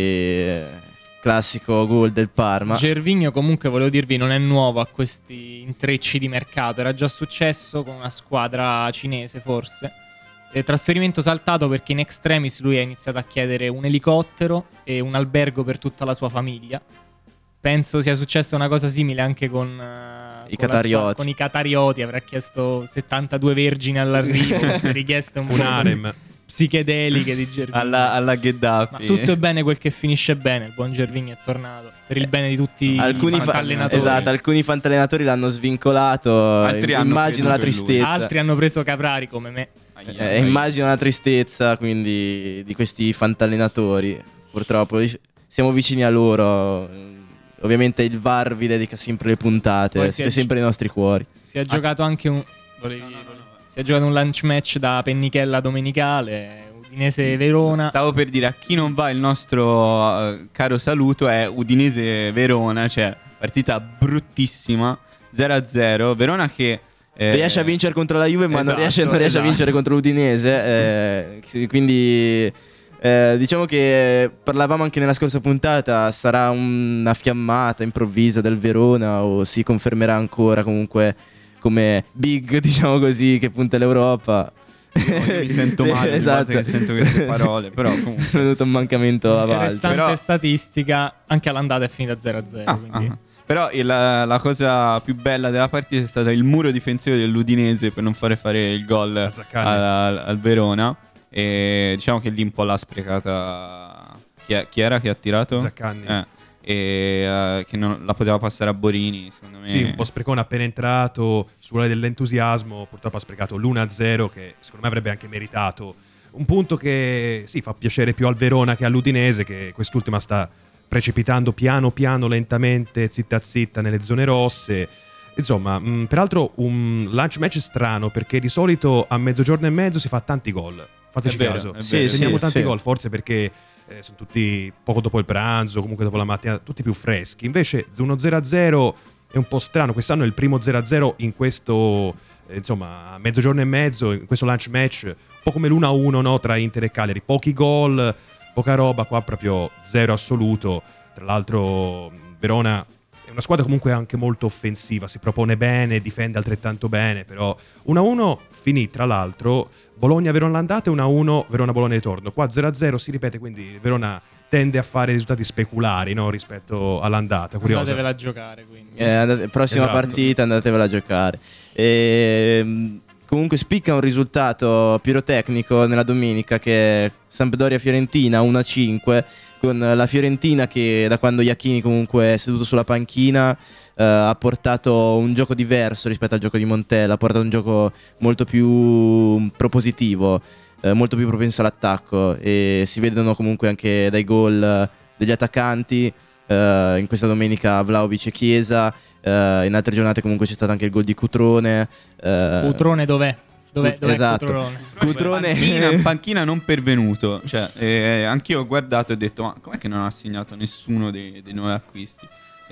eh, classico gol del Parma. Gervinho comunque, volevo dirvi, non è nuovo a questi intrecci di mercato. Era già successo con una squadra cinese, forse. Eh, trasferimento saltato perché in extremis lui ha iniziato a chiedere un elicottero e un albergo per tutta la sua famiglia. Penso sia successa una cosa simile anche con, eh, I con la catarioti. squa- con i catarioti. Avrà chiesto settantadue vergini all'arrivo. Queste richieste un, Un po' harem. psichedeliche di Gervinho. Alla, alla Gheddafi. Ma tutto è bene quel che finisce bene. Il buon Gervinho è tornato per il bene di tutti Alcuni i fa- fantallenatori. esatto, alcuni fantallenatori l'hanno svincolato. Altri hanno immagino la creduto in lui. tristezza. Altri hanno preso Caprari come me. Ai, Eh, ai. immagino la tristezza quindi di questi fantallenatori. Purtroppo siamo vicini a loro. Ovviamente il V A R vi dedica sempre le puntate. Poi si Siete è- sempre nei nostri cuori. Si è giocato anche un volevi- volevi- Si è giocato un lunch match da pennichella domenicale, Udinese Verona. Stavo per dire, a chi non va il nostro eh, caro saluto è Udinese Verona, cioè partita bruttissima, zero a zero. Verona che eh, riesce a vincere contro la Juve, ma non esatto, riesce, non riesce esatto. a vincere contro l'Udinese. eh, sì, quindi eh, diciamo che parlavamo anche nella scorsa puntata. Sarà una fiammata improvvisa del Verona o si confermerà ancora comunque come big, diciamo così, che punta l'Europa. Io mi sento male ogni volta che sento queste parole, però comunque. È venuto un mancamento a Valdi. Interessante però- statistica, anche all'andata è finita zero a zero. Ah, quindi. ah. Però il- la, la cosa più bella della partita è stata il muro difensivo dell'Udinese per non fare fare il gol A al, Zaccagni. al- al Verona. E diciamo che lì un po' l'ha sprecata. Chi, è- chi era che ha tirato? Zaccagni. Eh, e eh, che non, la poteva passare a Borini, secondo me. Sì, un po' sprecone appena entrato, sulla dell'entusiasmo, purtroppo ha sprecato l'uno a zero che secondo me avrebbe anche meritato. Un punto che sì, fa piacere più al Verona che all'Udinese, che quest'ultima sta precipitando piano piano, lentamente, zitta zitta nelle zone rosse. Insomma, mh, peraltro un lunch match strano, perché di solito a mezzogiorno e mezzo si fa tanti gol. Fateci È vero, caso. è Sì, vero. Segniamo sì, tanti sì. gol, forse perché eh, sono tutti poco dopo il pranzo, comunque dopo la mattina, tutti più freschi. Invece uno zero a zero è un po' strano. Quest'anno è il primo zero a zero in questo eh, insomma a mezzogiorno e mezzo in questo lunch match, un po' come l'uno a uno, no, tra Inter e Cagliari, pochi gol, poca roba, qua proprio zero assoluto. Tra l'altro Verona è una squadra comunque anche molto offensiva, si propone bene, difende altrettanto bene, però uno a uno finì tra l'altro Bologna-Verona l'andata e uno a uno Verona-Bologna ritorno. Qua zero a zero si ripete, quindi Verona tende a fare risultati speculari, no, rispetto all'andata. Curiosa. Andatevela a giocare, quindi. Eh, andate- prossima Esatto. partita andatevela a giocare. E, comunque spicca un risultato pirotecnico nella domenica che è Sampdoria-Fiorentina uno a cinque, con la Fiorentina che da quando Iachini comunque è seduto sulla panchina eh, ha portato un gioco diverso rispetto al gioco di Montella, ha portato un gioco molto più propositivo, eh, molto più propenso all'attacco, e si vedono comunque anche dai gol eh, degli attaccanti. eh, in questa domenica Vlahovic e Chiesa, eh, in altre giornate comunque c'è stato anche il gol di Cutrone. eh, Cutrone dov'è? Dov'è, Cut- dov'è esatto. Cutrone? Cutrone Panchina, panchina non pervenuto. Cioè, eh, anch'io ho guardato e ho detto: ma com'è che non ha segnato nessuno dei, dei nuovi acquisti?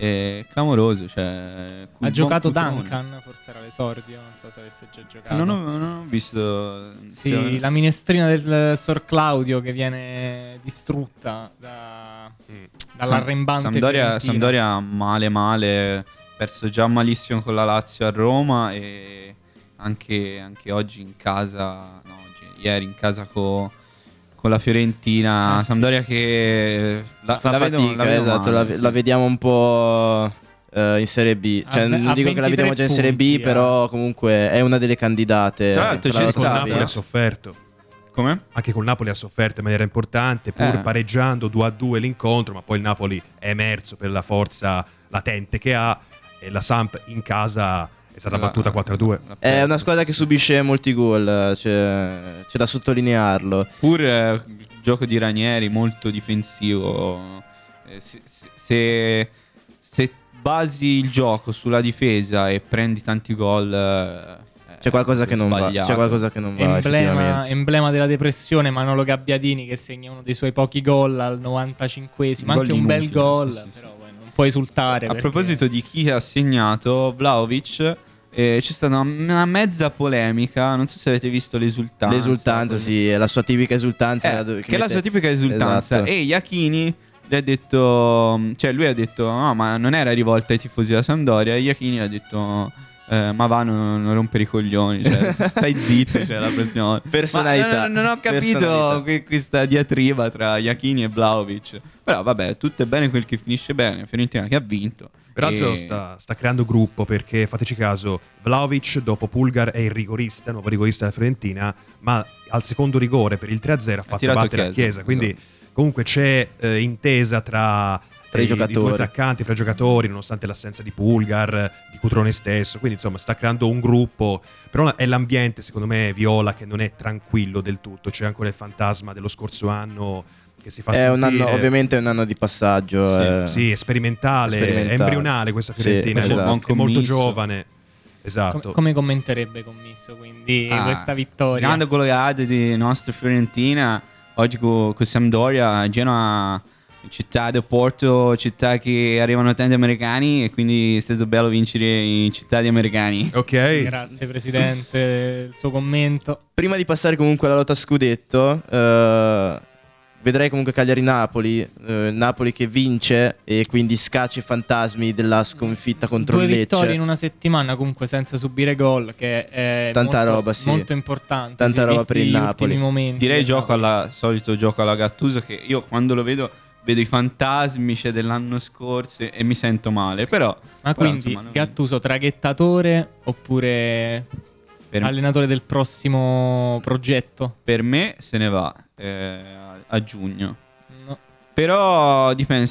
È clamoroso. Cioè, Ha giocato Cutrone. Duncan, forse era l'esordio, non so se avesse già giocato. Non ho, non ho visto. Sì, cioè, la minestrina del Sor Claudio che viene distrutta da, dall'arrembante Sampdoria, Fiorentina. Sampdoria male male, perso già malissimo con la Lazio a Roma e anche, anche oggi in casa, no, oggi, ieri in casa co- con la Fiorentina. Eh sì. Sampdoria che la, fa la vedo- fatica, la vedo esatto, male, la, sì. la vediamo un po' eh, in Serie B. Cioè, A ve- non a dico che la vediamo già in Serie B, ventitré punti, però comunque è una delle candidate. Tra l'altro per c'è la Con lotta stato- Napoli ha Champions. sofferto. Come? Anche col Napoli ha sofferto in maniera importante, pur Eh. pareggiando due a due l'incontro, ma poi il Napoli è emerso per la forza latente che ha e la Samp in casa è stata La- battuta quattro a due. la È persa, una squadra che sì. subisce molti gol, c'è, c'è da sottolinearlo. Pur eh, il gioco di Ranieri molto difensivo. Eh, se, se- se, se basi il gioco sulla difesa e prendi tanti gol, eh, C'è qualcosa che non va. sbagliato. C'è qualcosa che non va, Emblema, effettivamente. emblema della depressione, Manolo Gabbiadini che segna uno dei suoi pochi gol al novantacinquesimo, Gol anche un bel inutile, gol, sì, sì, sì. però poi non può esultare. A perché- proposito di chi ha segnato, Vlahovic, eh, c'è stata una, una mezza polemica. Non so se avete visto l'esultanza. L'esultanza, sì, è la sua tipica esultanza. Eh, dove- che è la mette- sua tipica esultanza. Esatto. E Iachini gli ha detto, cioè lui ha detto, no, ma non era rivolta ai tifosi della Sampdoria. E Iachini ha detto, eh, ma va, non, non rompere i coglioni, cioè, stai zitto, cioè, la prossima volta. Personalità. Ma non, non ho capito Personalità. que- questa diatriba tra Iachini e Vlahovic. Però vabbè, tutto è bene quel che finisce bene. Fiorentina che ha vinto. Peraltro E- sta, sta creando gruppo perché, fateci caso, Vlahovic dopo Pulgar è il rigorista, nuovo rigorista della Fiorentina, ma al secondo rigore per il tre a zero ha fatto tirato battere la Chiesa, Chiesa, quindi esatto. comunque c'è eh, intesa tra, Tra i i, giocatori. i due attaccanti, fra i giocatori, nonostante l'assenza di Pulgar, di Cutrone stesso, quindi insomma sta creando un gruppo, però è l'ambiente secondo me Viola che non è tranquillo del tutto, c'è ancora il fantasma dello scorso anno che si fa È un sentire. anno, ovviamente è un anno di passaggio. Sì, eh. Sì, è sperimentale, Sperimentale. è embrionale questa Sì, Fiorentina, è, esatto. mo- Buon è molto commisso. giovane. Esatto. Come, come commenterebbe Commisso quindi Ah, questa vittoria? Grande goleada di nostra Fiorentina. Oggi con, con Sampdoria, Genoa, città del Porto, città che arrivano tanti americani e quindi è stato bello vincere in città di americani. Ok. Grazie Presidente, il suo commento. Prima di passare comunque alla lotta a scudetto, eh, vedrei comunque Cagliari-Napoli, eh, Napoli che vince e quindi scaccia i fantasmi della sconfitta contro Due il vittorie in Lecce. una settimana comunque senza subire gol, che è Tanta molto, roba, sì. molto importante. Tanta si è roba visti per il gli Napoli. ultimi momenti Direi del gioco Napoli. alla solito gioco alla Gattuso, che io quando lo vedo vedo i fantasmi cioè, dell'anno scorso e, e mi sento male. Però Ma però, quindi insomma, non- Gattuso traghettatore oppure per, allenatore del prossimo progetto? per me se ne va eh, a, a giugno. No. Però dipende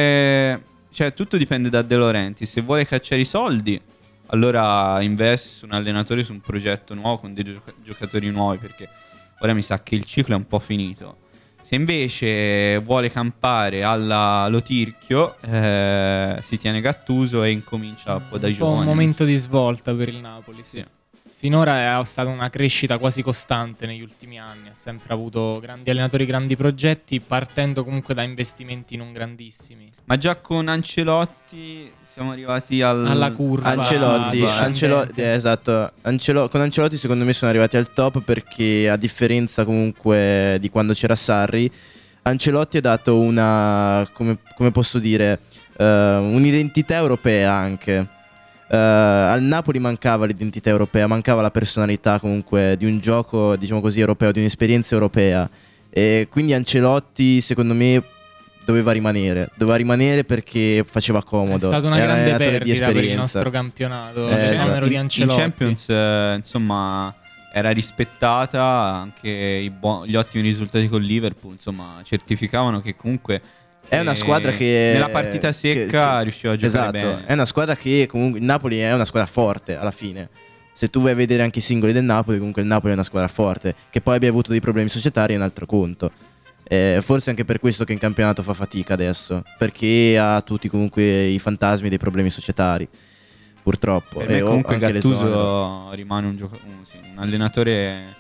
se cioè tutto dipende da De Laurentiis. Se vuole cacciare i soldi, allora investe su un allenatore, su un progetto nuovo con dei gioca- giocatori nuovi, perché ora mi sa che il ciclo è un po' finito. Se invece vuole campare alla Lotirchio, eh, si tiene Gattuso e incomincia un po' dai un po' giovani. un momento di svolta per il Napoli, sì. Sì. Finora è stata una crescita quasi costante negli ultimi anni, ha sempre avuto grandi allenatori, grandi progetti, partendo comunque da investimenti non grandissimi. Ma già con Ancelotti siamo arrivati al... alla curva. Ancelotti, discendente. Ancelotti eh, esatto. Ancelo- con Ancelotti secondo me sono arrivati al top perché a differenza comunque di quando c'era Sarri, Ancelotti ha dato una, come, come posso dire, uh, un'identità europea anche. Uh, al Napoli mancava l'identità europea, mancava la personalità comunque di un gioco, diciamo così, europeo, di un'esperienza europea. E quindi Ancelotti secondo me doveva rimanere, doveva rimanere perché faceva comodo. È stata una Era un grande allenatore di perdita per il esperienza. nostro campionato. Eh, il esatto. numero di in, in Ancelotti. Champions, eh, insomma, era rispettata, anche i buo- gli ottimi risultati con Liverpool, insomma, certificavano che comunque È una eh, squadra che nella partita secca che- che- riusciva a giocare esatto, bene. è una squadra che comunque il Napoli è una squadra forte alla fine. Se tu vai a vedere anche i singoli del Napoli, comunque il Napoli è una squadra forte. Che poi abbia avuto dei problemi societari è un altro conto. Eh, forse anche per questo che in campionato fa fatica adesso, perché ha tutti comunque i fantasmi dei problemi societari, purtroppo. Per E me o comunque anche l'esonero. Gattuso rimane un, gioca- un, sì, un allenatore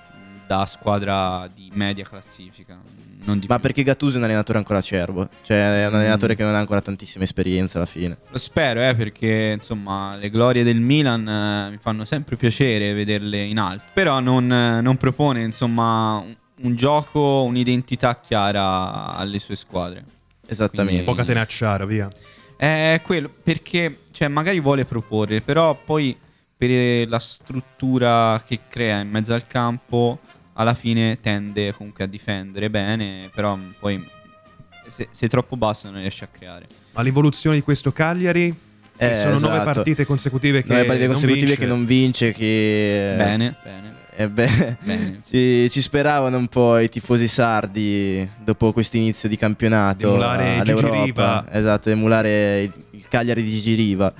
da squadra di media classifica, non di Ma più. perché Gattuso è un allenatore ancora acerbo, cioè è un Mm. allenatore che non ha ancora tantissima esperienza alla fine. Lo spero, eh, perché insomma le glorie del Milan eh, mi fanno sempre piacere vederle in alto. Però non, eh, non propone insomma un, un gioco, un'identità chiara alle sue squadre. Esattamente. Quindi- Poca tenacciara, via. È quello, perché cioè, magari vuole proporre, però poi per la struttura che crea in mezzo al campo, alla fine tende comunque a difendere bene, però poi se, se è troppo basso non riesce a creare. Ma l'involuzione di questo Cagliari, che Eh, sono nove esatto. partite consecutive che Nove partite non consecutive vince. che non vince, che Bene, bene. Eh beh, Bene. ci, ci speravano un po' i tifosi sardi dopo questo inizio di campionato Di emulare all'Europa. Gigi Riva. Esatto, emulare il, il Cagliari di Gigi Riva.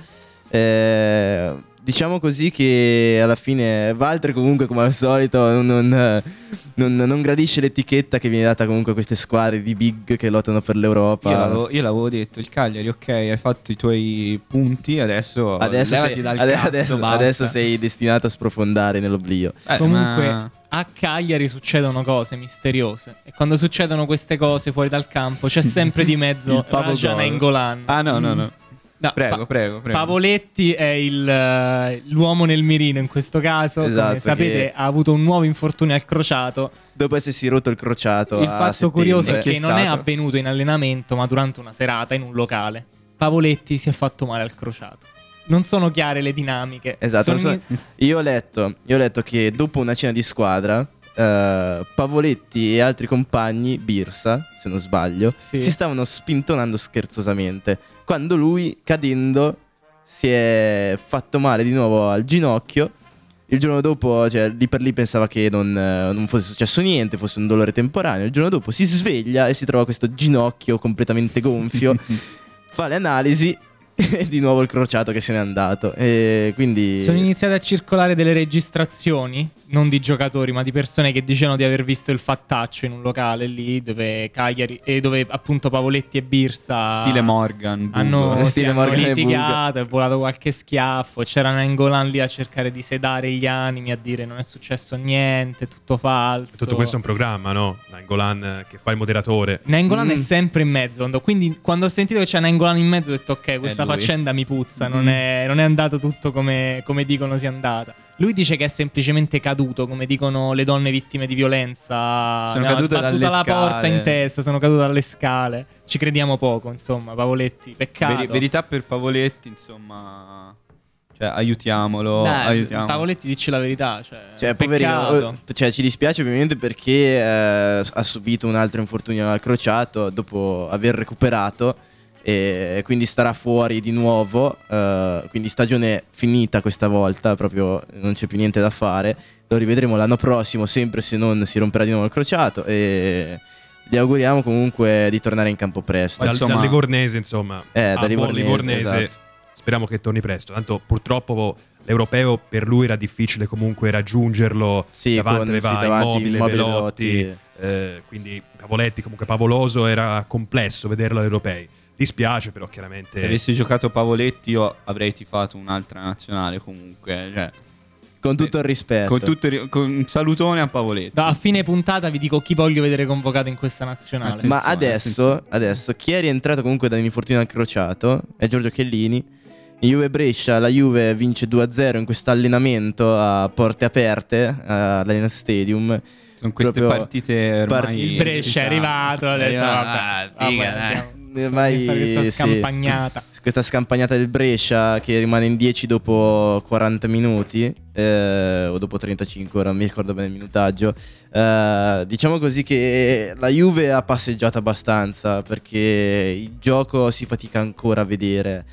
Eh, diciamo così che alla fine Walter comunque come al solito non, non, non- non gradisce l'etichetta che viene data comunque a queste squadre di big che lottano per l'Europa. Io l'avevo, io l'avevo detto, il Cagliari, ok, hai fatto i tuoi punti, adesso, Adesso levati sei, dal ade- cazzo, adesso- basta. adesso sei destinato a sprofondare nell'oblio. Eh, Comunque ma- a Cagliari succedono cose misteriose e quando succedono queste cose fuori dal campo c'è sempre di mezzo Il pavo Raja gol. Nainggolan. Ah no, no, no. No, Prego, Pa- prego, prego. Pavoletti è il, eh, l'uomo nel mirino in questo caso. Esatto, Come sapete che- ha avuto un nuovo infortunio al crociato. Dopo essersi rotto il crociato Il a fatto settembre. curioso è Chi è che non è stato? avvenuto in allenamento ma durante una serata in un locale. Pavoletti si è fatto male al crociato. Non sono chiare le dinamiche. Esatto, Sono non so- in- io, ho letto, io ho letto che dopo una cena di squadra eh, Pavoletti e altri compagni, Birsa se non sbaglio, Sì. si stavano spintonando scherzosamente quando lui cadendo si è fatto male di nuovo al ginocchio. Il giorno dopo, cioè lì per lì pensava che non, eh, non fosse successo niente, fosse un dolore temporaneo. Il giorno dopo si sveglia e si trova questo ginocchio completamente gonfio, fa le analisi e di nuovo il crociato che se n'è andato. E quindi Sono iniziate a circolare delle registrazioni, non di giocatori, ma di persone che dicevano di aver visto il fattaccio in un locale lì dove Cagliari e dove appunto Pavoletti e Birsa Stile Morgan, Bugo. hanno, sì, Stile hanno Morgan e litigato, è volato qualche schiaffo. C'era Nainggolan lì a cercare di sedare gli animi, a dire non è successo niente, tutto falso. Tutto questo è un programma, no? Nainggolan eh, che fa il moderatore. Nainggolan Mm. è sempre in mezzo. quando- Quindi quando ho sentito che c'è Nainggolan in mezzo ho detto ok, questa lui. faccenda mi puzza, non, Mm. è, non è andato tutto come, come dicono sia andata. Lui dice che è semplicemente caduto, come dicono le donne vittime di violenza. Sono Mi ha cadute sbattuta dalle la porta scale. in testa, sono caduto dalle scale. Ci crediamo poco, insomma, Pavoletti, peccato. Veri- verità per Pavoletti, insomma, cioè aiutiamolo, Dai, aiutiamolo. Pavoletti dici la verità, cioè, Cioè, poverino, peccato. eh, cioè, ci dispiace ovviamente perché eh, ha subito un altro infortunio al crociato dopo aver recuperato e quindi starà fuori di nuovo, eh, quindi stagione finita questa volta, proprio non c'è più niente da fare. Lo rivedremo l'anno prossimo, sempre se non si romperà di nuovo il crociato e gli auguriamo comunque di tornare in campo presto. Dal, insomma- dal Livornese, insomma. Eh, a da buon Livornese, Livornese. esatto. Speriamo che torni presto. Tanto purtroppo l'europeo per lui era difficile comunque raggiungerlo. Sì, davanti con- aveva sì, davanti Immobile, Immobile, Velotti. Velotti. eh, quindi Pavoletti comunque Pavoloso era complesso vederlo agli europei. Dispiace però chiaramente. Se avessi giocato Pavoletti io avrei tifato un'altra nazionale comunque, cioè. Con tutto il rispetto. Con tutto il, con un salutone a Pavoletti. Da, a fine puntata vi dico chi voglio vedere convocato in questa nazionale. Attenzione, Ma adesso, attenzione. adesso, chi è rientrato comunque da un infortunio al crociato è Giorgio Chiellini. In Juve Brescia, la Juve vince due a zero in questo allenamento a porte aperte all'Allianz Stadium. Sono queste Proprio partite ormai... par- Il si Brescia sa. è arrivato, ha detto Arriva- vabbè, ah, vabbè, figa, dai. andiamo. Ormai, Fare questa sì. scampagnata. Questa scampagnata del Brescia che rimane in dieci dopo quaranta minuti, eh, o dopo trentacinque, ora non mi ricordo bene il minutaggio. Eh, diciamo così che la Juve ha passeggiato abbastanza, perché il gioco si fatica ancora a vedere.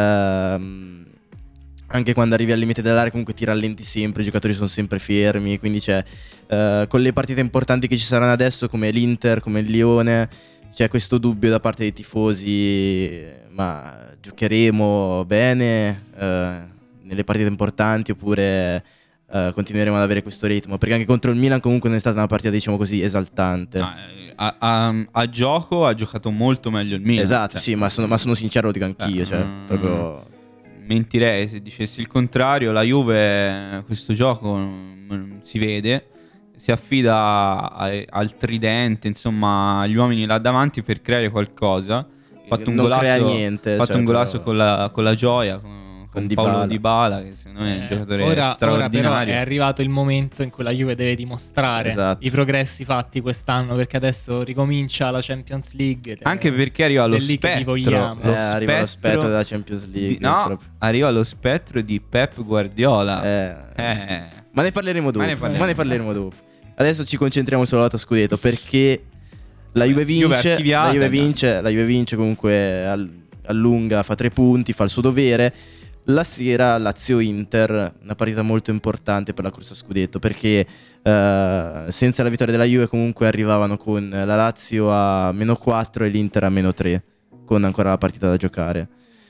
Ehm, anche quando arrivi al limite dell'area comunque ti rallenti sempre, i giocatori sono sempre fermi, quindi c'è eh, con le partite importanti che ci saranno adesso come l'Inter, come il Lione, c'è questo dubbio da parte dei tifosi, ma giocheremo bene eh, nelle partite importanti oppure eh, continueremo ad avere questo ritmo? Perché anche contro il Milan comunque non è stata una partita, diciamo così, esaltante. Ah, eh, a, a- a gioco ha giocato molto meglio il Milan. Esatto, Cioè, sì, ma sono, ma sono sincero, lo dico anch'io, Eh, cioè, mm. proprio... mentirei se dicessi il contrario. La Juve questo gioco non si vede, si affida a- al tridente, insomma agli uomini là davanti per creare qualcosa. Ha fatto un non golasso, crea niente, ha fatto cioè, un golasso però- con la, con la gioia, con, con Dybala. Paolo Dybala, che secondo me è un Eh, giocatore ora, ora però straordinario. è arrivato il momento in cui la Juve deve dimostrare Esatto. i progressi fatti quest'anno, perché adesso ricomincia la Champions League. Anche perché arriva lo è lì che ti spettro, vogliamo. lo Eh, arriva lo spettro spettro della Champions League. di- no, proprio. arriva lo spettro di Pep Guardiola. Eh. Eh. Ma ne parleremo dopo. Ma Ma ne ne parleremo. parleremo, dopo. Adesso ci concentriamo sul lato scudetto, perché la Juve Juve vince, archiviata, la Juve eh. vince, la Juve vince comunque al- allunga, fa tre punti, fa il suo dovere. La sera Lazio-Inter, una partita molto importante per la corsa a scudetto, perché eh, senza la vittoria della Juve comunque arrivavano con la Lazio a meno quattro e l'Inter a meno tre, con ancora la partita da giocare.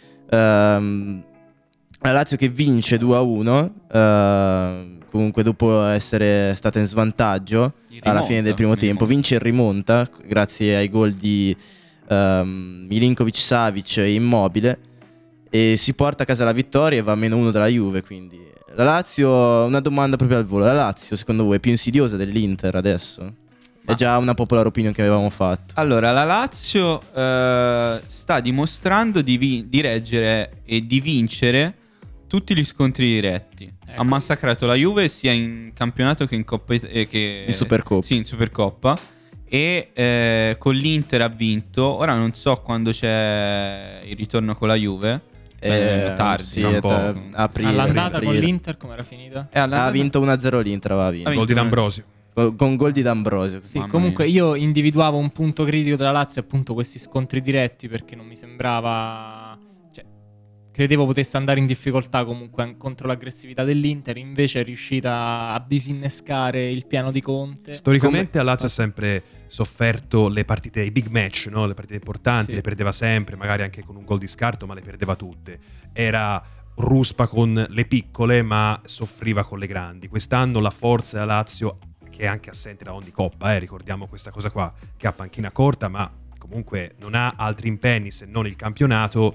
Ehm, la Lazio che vince due a uno, eh, comunque dopo essere stata in svantaggio In alla rimonta, fine del primo in tempo, rimonta. vince in rimonta grazie ai gol di ehm, Milinkovic-Savic e Immobile, e si porta a casa la vittoria e va a meno uno dalla Juve. Quindi la Lazio, una domanda proprio al volo, la Lazio secondo voi è più insidiosa dell'Inter adesso? È Ma- già una popular opinion che avevamo fatto. Allora, la Lazio eh, sta dimostrando di, vi- di reggere e di vincere tutti gli scontri diretti. Ecco. Ha massacrato la Juve sia in campionato che in Coppa It- eh, che, In Supercoppa. Sì, in Supercoppa. E eh, con l'Inter ha vinto. Ora non so quando c'è il ritorno con la Juve. Eh, tardi, sì, tra un è po'. ta- aprile, All'andata con aprile. l'Inter come era finita? Eh, all'andata- Ha vinto uno a zero l'Inter, aveva vinto. Ha Gol di vinto- D'Ambrosio. Con, con gol di D'Ambrosio. Sì, Mamma comunque mia. io individuavo un punto critico della Lazio, appunto questi scontri diretti, perché non mi sembrava, cioè, credevo potesse andare in difficoltà comunque an- contro l'aggressività dell'Inter, invece è riuscita a disinnescare il piano di Conte. Storicamente la Lazio ha sempre sofferto le partite, i big match, no? Le partite importanti, Sì. le perdeva sempre, magari anche con un gol di scarto, ma le perdeva tutte. Era ruspa con le piccole, ma soffriva con le grandi. Quest'anno la forza della Lazio, che è anche assente da ogni coppa, eh, ricordiamo questa cosa qua, che ha panchina corta, ma comunque non ha altri impegni se non il campionato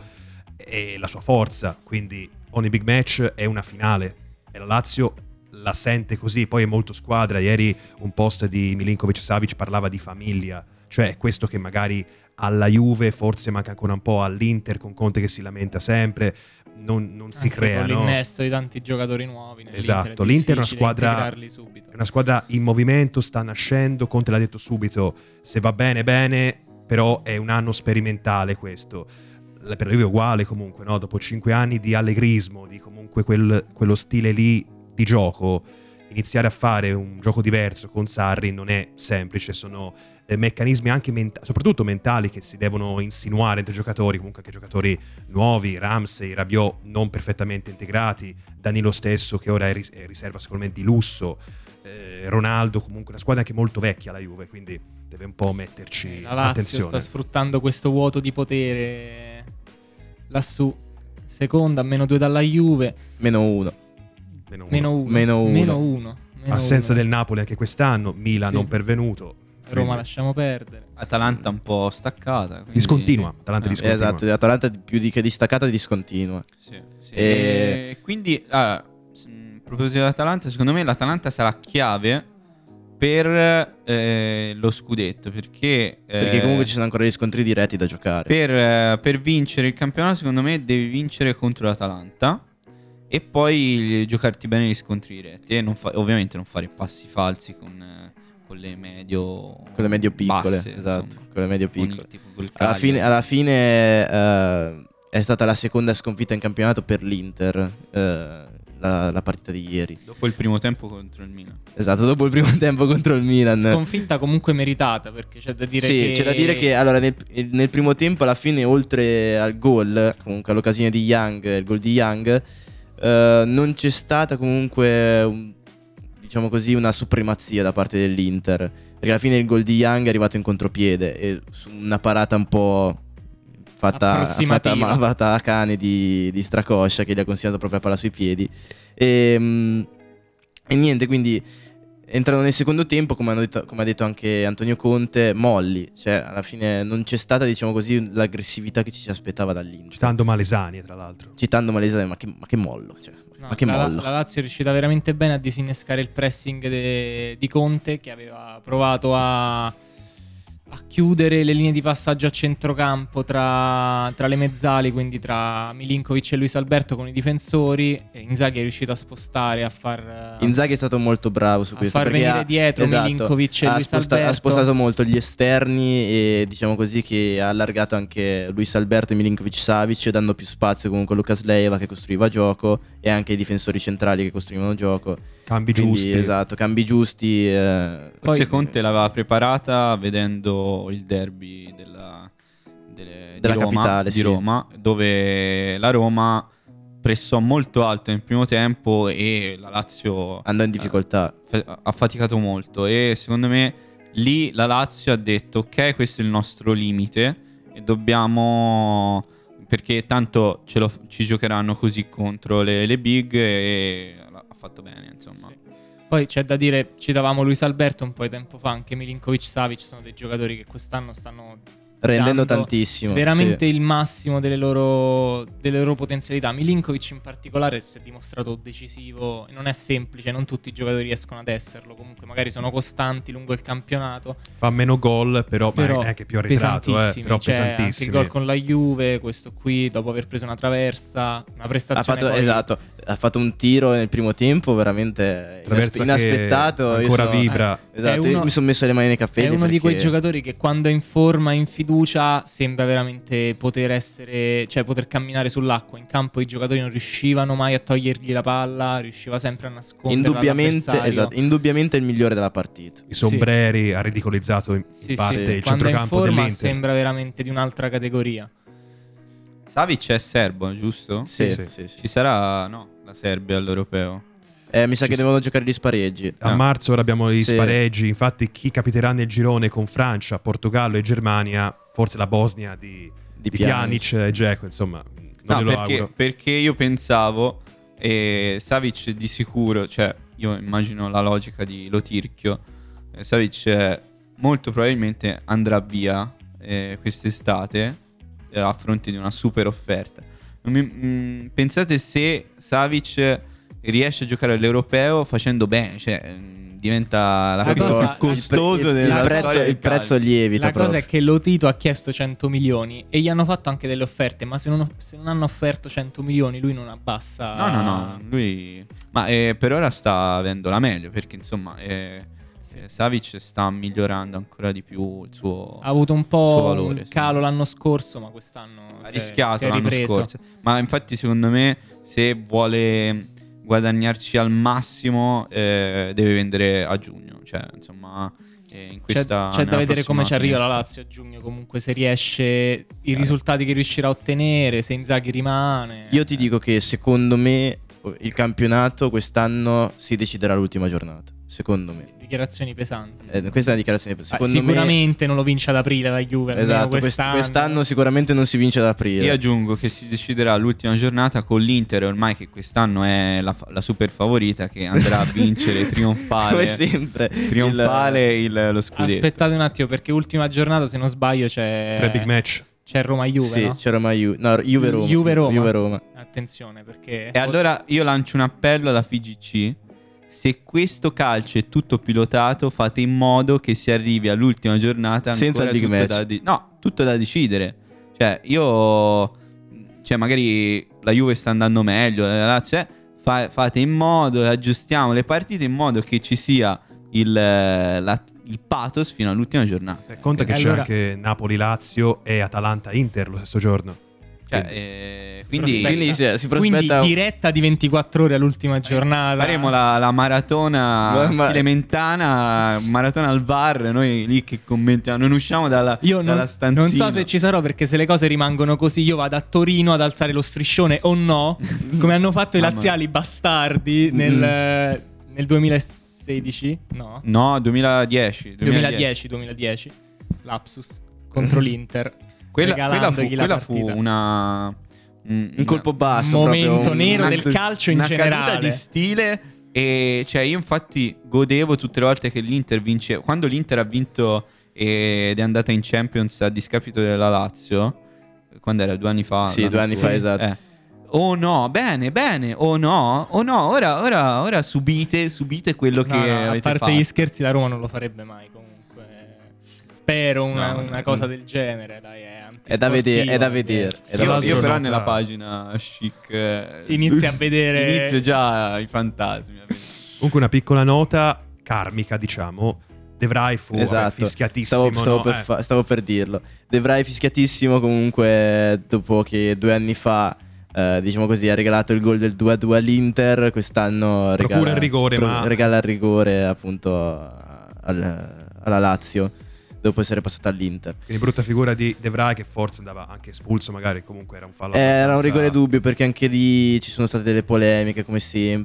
e la sua forza, quindi ogni big match è una finale e la Lazio la sente così. Poi è molto squadra. Ieri un post di Milinkovic-Savic parlava di famiglia, cioè questo che magari alla Juve forse manca ancora un po', all'Inter con Conte che si lamenta sempre, non, non si Anche crea, con no? l'innesto di tanti giocatori nuovi nell'Inter, Esatto, è l'Inter è una difficile squadra integrarli subito. È una squadra in movimento, sta nascendo. Conte l'ha detto subito, se va bene bene, però è un anno sperimentale questo. La- Per la Juve è uguale comunque, no? Dopo cinque anni di allegrismo, di comunque quel- quello stile lì di gioco, iniziare a fare un gioco diverso con Sarri non è semplice. Sono eh, meccanismi anche menta- soprattutto mentali, che si devono insinuare entre i giocatori, comunque anche giocatori nuovi, Ramsey, Rabiot non perfettamente integrati, Danilo stesso che ora è, ris- è riserva secondo me di lusso, eh, Ronaldo, comunque una squadra anche molto vecchia la Juve, quindi deve un po' metterci La Lazio attenzione. sta sfruttando questo vuoto di potere lassù, seconda, meno due dalla Juve, Meno uno. Meno uno. meno uno. Meno uno. Meno uno. Meno Assenza uno. del Napoli anche quest'anno, Milan Sì. non pervenuto. Roma quindi lasciamo perdere. Atalanta un po' staccata. quindi- Discontinua, Atalanta Eh, discontinua. Esatto, l'Atalanta più di che distaccata discontinua. Sì, sì. E- E quindi ah, s- mh, proposito dell'Atalanta, secondo me l'Atalanta sarà chiave per eh, lo scudetto, perché eh, Perché comunque ci sono ancora gli scontri diretti da giocare. per, eh, per vincere il campionato, secondo me devi vincere contro l'Atalanta e poi giocarti bene gli scontri diretti e non fa- ovviamente non fare passi falsi con, eh, con le medio Con le medio piccole, basse, esatto, insomma. con le medio Con il- piccole. tipo col Alla Cagliari. fine, alla fine eh, è stata la seconda sconfitta in campionato per l'Inter, eh, la, la partita di ieri. Dopo il primo tempo contro il Milan. Esatto, dopo il primo tempo contro il Milan. Sconfitta comunque meritata, perché c'è da dire Sì, che... c'è da dire che allora nel, nel primo tempo alla fine, oltre al gol, comunque all'occasione di Young, il gol di Young, eh, non c'è stata comunque un- diciamo così una supremazia da parte dell'Inter, perché alla fine il gol di Young è arrivato in contropiede e su una parata un po' fatta, fatta, Approssimativa. fatta a cane di, di Stracoscia, che gli ha consegnato proprio la palla sui piedi e, mm, e niente, quindi entrano nel secondo tempo, come, hanno detto- come ha detto anche Antonio Conte, molli, cioè alla fine non c'è stata, diciamo così, l'aggressività che ci si aspettava dall'Inter. Citando Malesani, tra l'altro. Citando Malesani, ma che, ma che mollo, cioè, No, ma che la, mollo. la Lazio è riuscita veramente bene a disinnescare il pressing de- di Conte, che aveva provato a, a chiudere le linee di passaggio a centrocampo tra, tra le mezzali, quindi tra Milinkovic e Luis Alberto con i difensori. E Inzaghi è riuscito a spostare, a far... Inzaghi è stato molto bravo su a questo, far perché venire ha, dietro esatto, Milinkovic e ha, Luis sposta- Alberto. ha spostato molto gli esterni e diciamo così che ha allargato anche Luis Alberto e Milinkovic-Savic, dando più spazio comunque a Lucas Leiva che costruiva gioco e anche ai difensori centrali che costruivano gioco. Cambi Quindi, giusti. esatto, cambi giusti. eh, Forse Poi- Conte l'aveva preparata vedendo il derby della, delle- Della di, Roma, capitale, di sì. Roma, dove la Roma pressò molto alto nel primo tempo e la Lazio andò in difficoltà. eh, fa- ha faticato molto e secondo me lì la Lazio ha detto ok, questo è il nostro limite e dobbiamo, perché tanto ce lo- ci giocheranno così contro le, le big e ha fatto bene, insomma. Sì. Poi c'è da dire, citavamo Luis Alberto un po' di tempo fa, anche Milinkovic-Savic sono dei giocatori che quest'anno stanno Rendendo dando tantissimo. veramente sì. il massimo delle loro, delle loro potenzialità. Milinkovic in particolare si è dimostrato decisivo e non è semplice, non tutti i giocatori riescono ad esserlo, comunque magari sono costanti lungo il campionato, Fa meno gol, però, ma però è anche più arretrato, eh, pesantissimi, però cioè, anche il pesantissimi. gol con la Juve, questo qui dopo aver preso una traversa, una Ha prestazione fatto, poi- esatto, ha fatto un tiro nel primo tempo veramente Traversa inaspe- che inaspettato. Io ancora sono- vibra. Esatto, È io uno- mi sono messo le mani nei capelli. È uno di quei perché- giocatori che quando è in forma, in fiducia, sembra veramente poter essere, cioè poter camminare sull'acqua. In campo i giocatori non riuscivano mai a togliergli la palla, riusciva sempre a nasconderla Indubbiamente, all'avversario. esatto, indubbiamente il migliore della partita. I sombreri ha ridicolizzato in Sì, parte sì, il quando è in centrocampo forma dell'Inter. sembra veramente di un'altra categoria. Savic è serbo, giusto? Sì, Sì, sì, sì. Ci sarà, no, la Serbia all'europeo. Eh, mi sa Ci che s- devono giocare gli spareggi. A Ah. marzo ora abbiamo gli Sì. spareggi, infatti chi capiterà nel girone con Francia, Portogallo e Germania, forse la Bosnia di, Di di Pjanic. Pjanic e Dzeko, insomma, non No, glielo perché, auguro. perché io pensavo, eh, Savic di sicuro, cioè io immagino la logica di Lotirchio, eh, Savic eh, molto probabilmente andrà via eh, quest'estate eh, a fronte di una super offerta. Non mi- mm, pensate se Savic riesce a giocare all'europeo facendo bene, cioè mm, diventa la La cosa cosa- più costoso il, della il prezzo, storia del il prezzo calcio. lievita La cosa proprio. è che Lotito ha chiesto cento milioni e gli hanno fatto anche delle offerte, ma se non, se non hanno offerto cento milioni lui non abbassa. No, no, no, lui... Ma eh, per ora sta avendo la meglio, perché insomma eh, Sì. eh, Savic sta migliorando ancora di più il suo... Ha avuto un suo po' valore, un sì. calo l'anno scorso, ma quest'anno Ha si è- rischiato si è l'anno ripreso. scorso. Ma infatti secondo me se vuole guadagnarci al massimo eh, deve vendere a giugno. Cioè insomma eh, in C'è, questa... c'è da nella vedere come ci prossima arriva la finestra. Lazio a giugno. Comunque, se riesce, i Chiaro. risultati che riuscirà a ottenere, se Inzaghi rimane. Io ti dico che secondo me il campionato quest'anno si deciderà all'ultima giornata. Secondo me. Dichiarazioni pesanti. Eh, questa è una dichiarazione. Ah, Secondo sicuramente non lo vince ad aprile la Juve. me, almeno esatto, quest- quest'anno. quest'anno sicuramente non si vince ad aprile. Io aggiungo che si deciderà all'ultima giornata con l'Inter, ormai che quest'anno è la, fa- la super favorita, che andrà a vincere trionfale, Come sempre. trionfale il, lo scudetto. Aspettate un attimo, perché ultima giornata, se non sbaglio, c'è Tre big match. c'è Roma-Juve, Sì, no? c'è Roma-Juve. No, Juve-Roma. Juve-Roma. Juve-Roma. Attenzione, perché... E allora io lancio un appello alla F I G C. Se questo calcio è tutto pilotato, fate in modo che si arrivi all'ultima giornata Senza ancora il big tutto match. da di- no, tutto da decidere. Cioè, io... Cioè, magari la Juve sta andando meglio, la Lazio è- fa- fate in modo, aggiustiamo le partite in modo che ci sia il, la- il pathos fino all'ultima giornata. Eh, conta che c'è Allora- anche Napoli-Lazio e Atalanta-Inter lo stesso giorno. Cioè, Quindi- eh, Si quindi prospetta- Quindi si, si Quindi prospetta diretta di ventiquattro ore all'ultima giornata. faremo la, la maratona Ma- ma- stile Mentana, maratona al V A R, noi lì che commentiamo, non usciamo dalla, Io non, dalla stanzina. non so se ci sarò, perché se le cose rimangono così io vado a Torino ad alzare lo striscione o no, come hanno fatto i Mamma laziali bastardi nel, nel duemilasedici? No, No, duemiladieci. duemiladieci, duemiladieci. Lapsus contro l'Inter. Quella, quella, fu, regalandogli la quella fu partita. una... Un, un colpo basso. momento proprio, un- nero una- del calcio in una generale. caduta di stile. E cioè io infatti godevo tutte le volte che l'Inter vince. Quando l'Inter ha vinto ed è andata in Champions a discapito della Lazio, quando era due anni fa? Sì, l'anno due anni scorso? fa, esatto. Eh. Oh no, bene, bene, oh no, oh no, ora, ora, ora subite, subite quello No, che no, a avete parte fatto. gli scherzi, la Roma non lo farebbe mai comunque. Spero una, No, no, una no. cosa del genere, dai, è È da vedere, è da antisportivo, vedere. È da Io, l'altro io però nota- nella pagina chic eh, Inizi a vedere- inizio già i fantasmi a vedere. Comunque una piccola nota karmica, diciamo. De Vrij fu vabbè, Esatto, fischiatissimo. stavo, stavo no? per Eh. fa- stavo per dirlo. De Vrij fischiatissimo comunque dopo che due anni fa, eh, diciamo così, ha regalato il gol del due a due all'Inter. Quest'anno Procura regala il rigore, pro- ma- regala il rigore appunto al- alla Lazio dopo essere passata all'Inter. Quindi brutta figura di De Vrij, che forse andava anche espulso, magari comunque era un fallo Eh, Era un abbastanza- rigore dubbio perché anche lì ci sono state delle polemiche come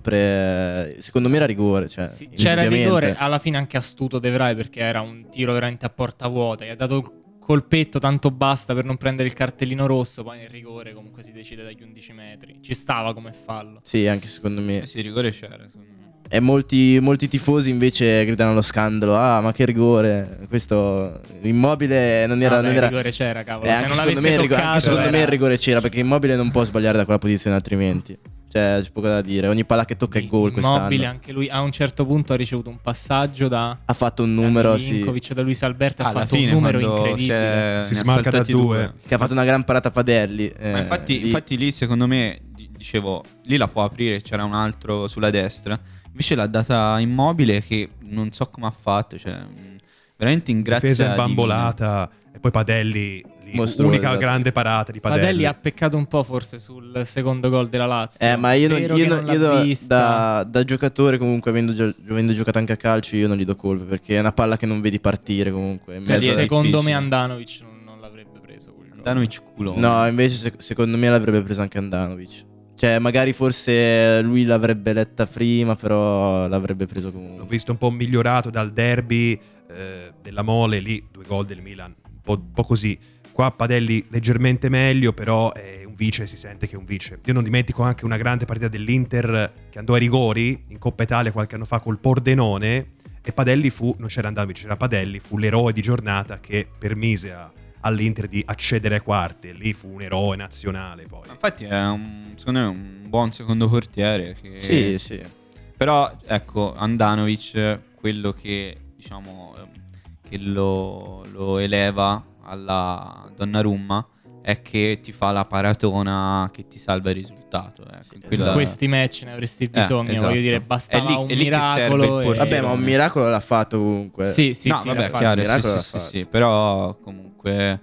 sempre. Secondo me era rigore, cioè, Sì, c'era il indubbiamente. rigore, alla fine anche astuto De Vrij, perché era un tiro veramente a porta vuota. Gli ha dato il colpetto, tanto basta per non prendere il cartellino rosso. Poi nel rigore comunque si decide dagli undici metri. Ci stava come fallo. Sì, anche secondo me. Eh sì, il rigore c'era, secondo me. E molti, molti tifosi invece gridano allo scandalo. Ah, ma che rigore! Questo Immobile non era. Vabbè, non era... il rigore c'era, cavolo. Eh, Se anche non secondo, me, l'avesse il rigore, toccato, anche secondo me era- il rigore c'era, perché Immobile non può sbagliare da quella posizione altrimenti. Cioè, c'è poco da dire. Ogni palla che tocca è gol Immobile, quest'anno. anche lui a un certo punto ha ricevuto un passaggio da Ha fatto un numero, da sì. Milinkovic, da Luis Alberto. Ha Alla fatto un fine, numero quando incredibile. si, Si ne ha smarca da saltati due. Che ha fatto una gran parata Padelli. eh, Ma infatti, lì. infatti lì secondo me, di- dicevo, lì la può aprire, c'era un altro sulla destra. Invece l'ha data Immobile che non so come ha fatto, cioè mh, veramente in grazia Difesa divina. imbambolata. E poi Padelli, lì, Mostruoso, unica esatto. grande parata di Padelli. Padelli ha peccato un po' forse sul secondo gol della Lazio. Eh, ma io, non, Vero io, che non- non l'ha io da- vista. da, da giocatore, comunque, avendo, gio- avendo giocato anche a calcio, io non gli do colpe perché è una palla che non vedi partire comunque. in Eh, lì mezzo- è Secondo difficile. me Andanovic non, non l'avrebbe preso quel gol. Andanovic culo. No, invece sec- secondo me l'avrebbe preso anche Andanovic. Cioè, magari forse lui l'avrebbe letta prima, però l'avrebbe preso L'ho comunque. visto un po' migliorato dal derby eh, della Mole, lì due gol del Milan, un po', un po' così. Qua Padelli leggermente meglio, però è un vice, si sente che è un vice. Io non dimentico anche una grande partita dell'Inter che andò ai rigori in Coppa Italia qualche anno fa col Pordenone, e Padelli fu, non c'era Andanovic, c'era Padelli, fu l'eroe di giornata che permise a- all'Inter di accedere ai quarti, e lì fu un eroe nazionale poi. Infatti è un, secondo me è un buon secondo portiere che... Sì, sì. Però ecco, Andanovic, quello che diciamo ehm, che lo, lo eleva alla Donnarumma è che ti fa la paratona che ti salva il risultato. Ecco. Sì, In In quella- questi match ne avresti bisogno, esatto. voglio dire, È bastava lì- un è lì che serve il miracolo. e- portiere. Vabbè, ma un miracolo l'ha fatto comunque. Sì, sì, no, sì, vabbè, l'ha è fatto. chiaro, Miracolo sì, l'ha sì, sì, fatto. sì, però comunque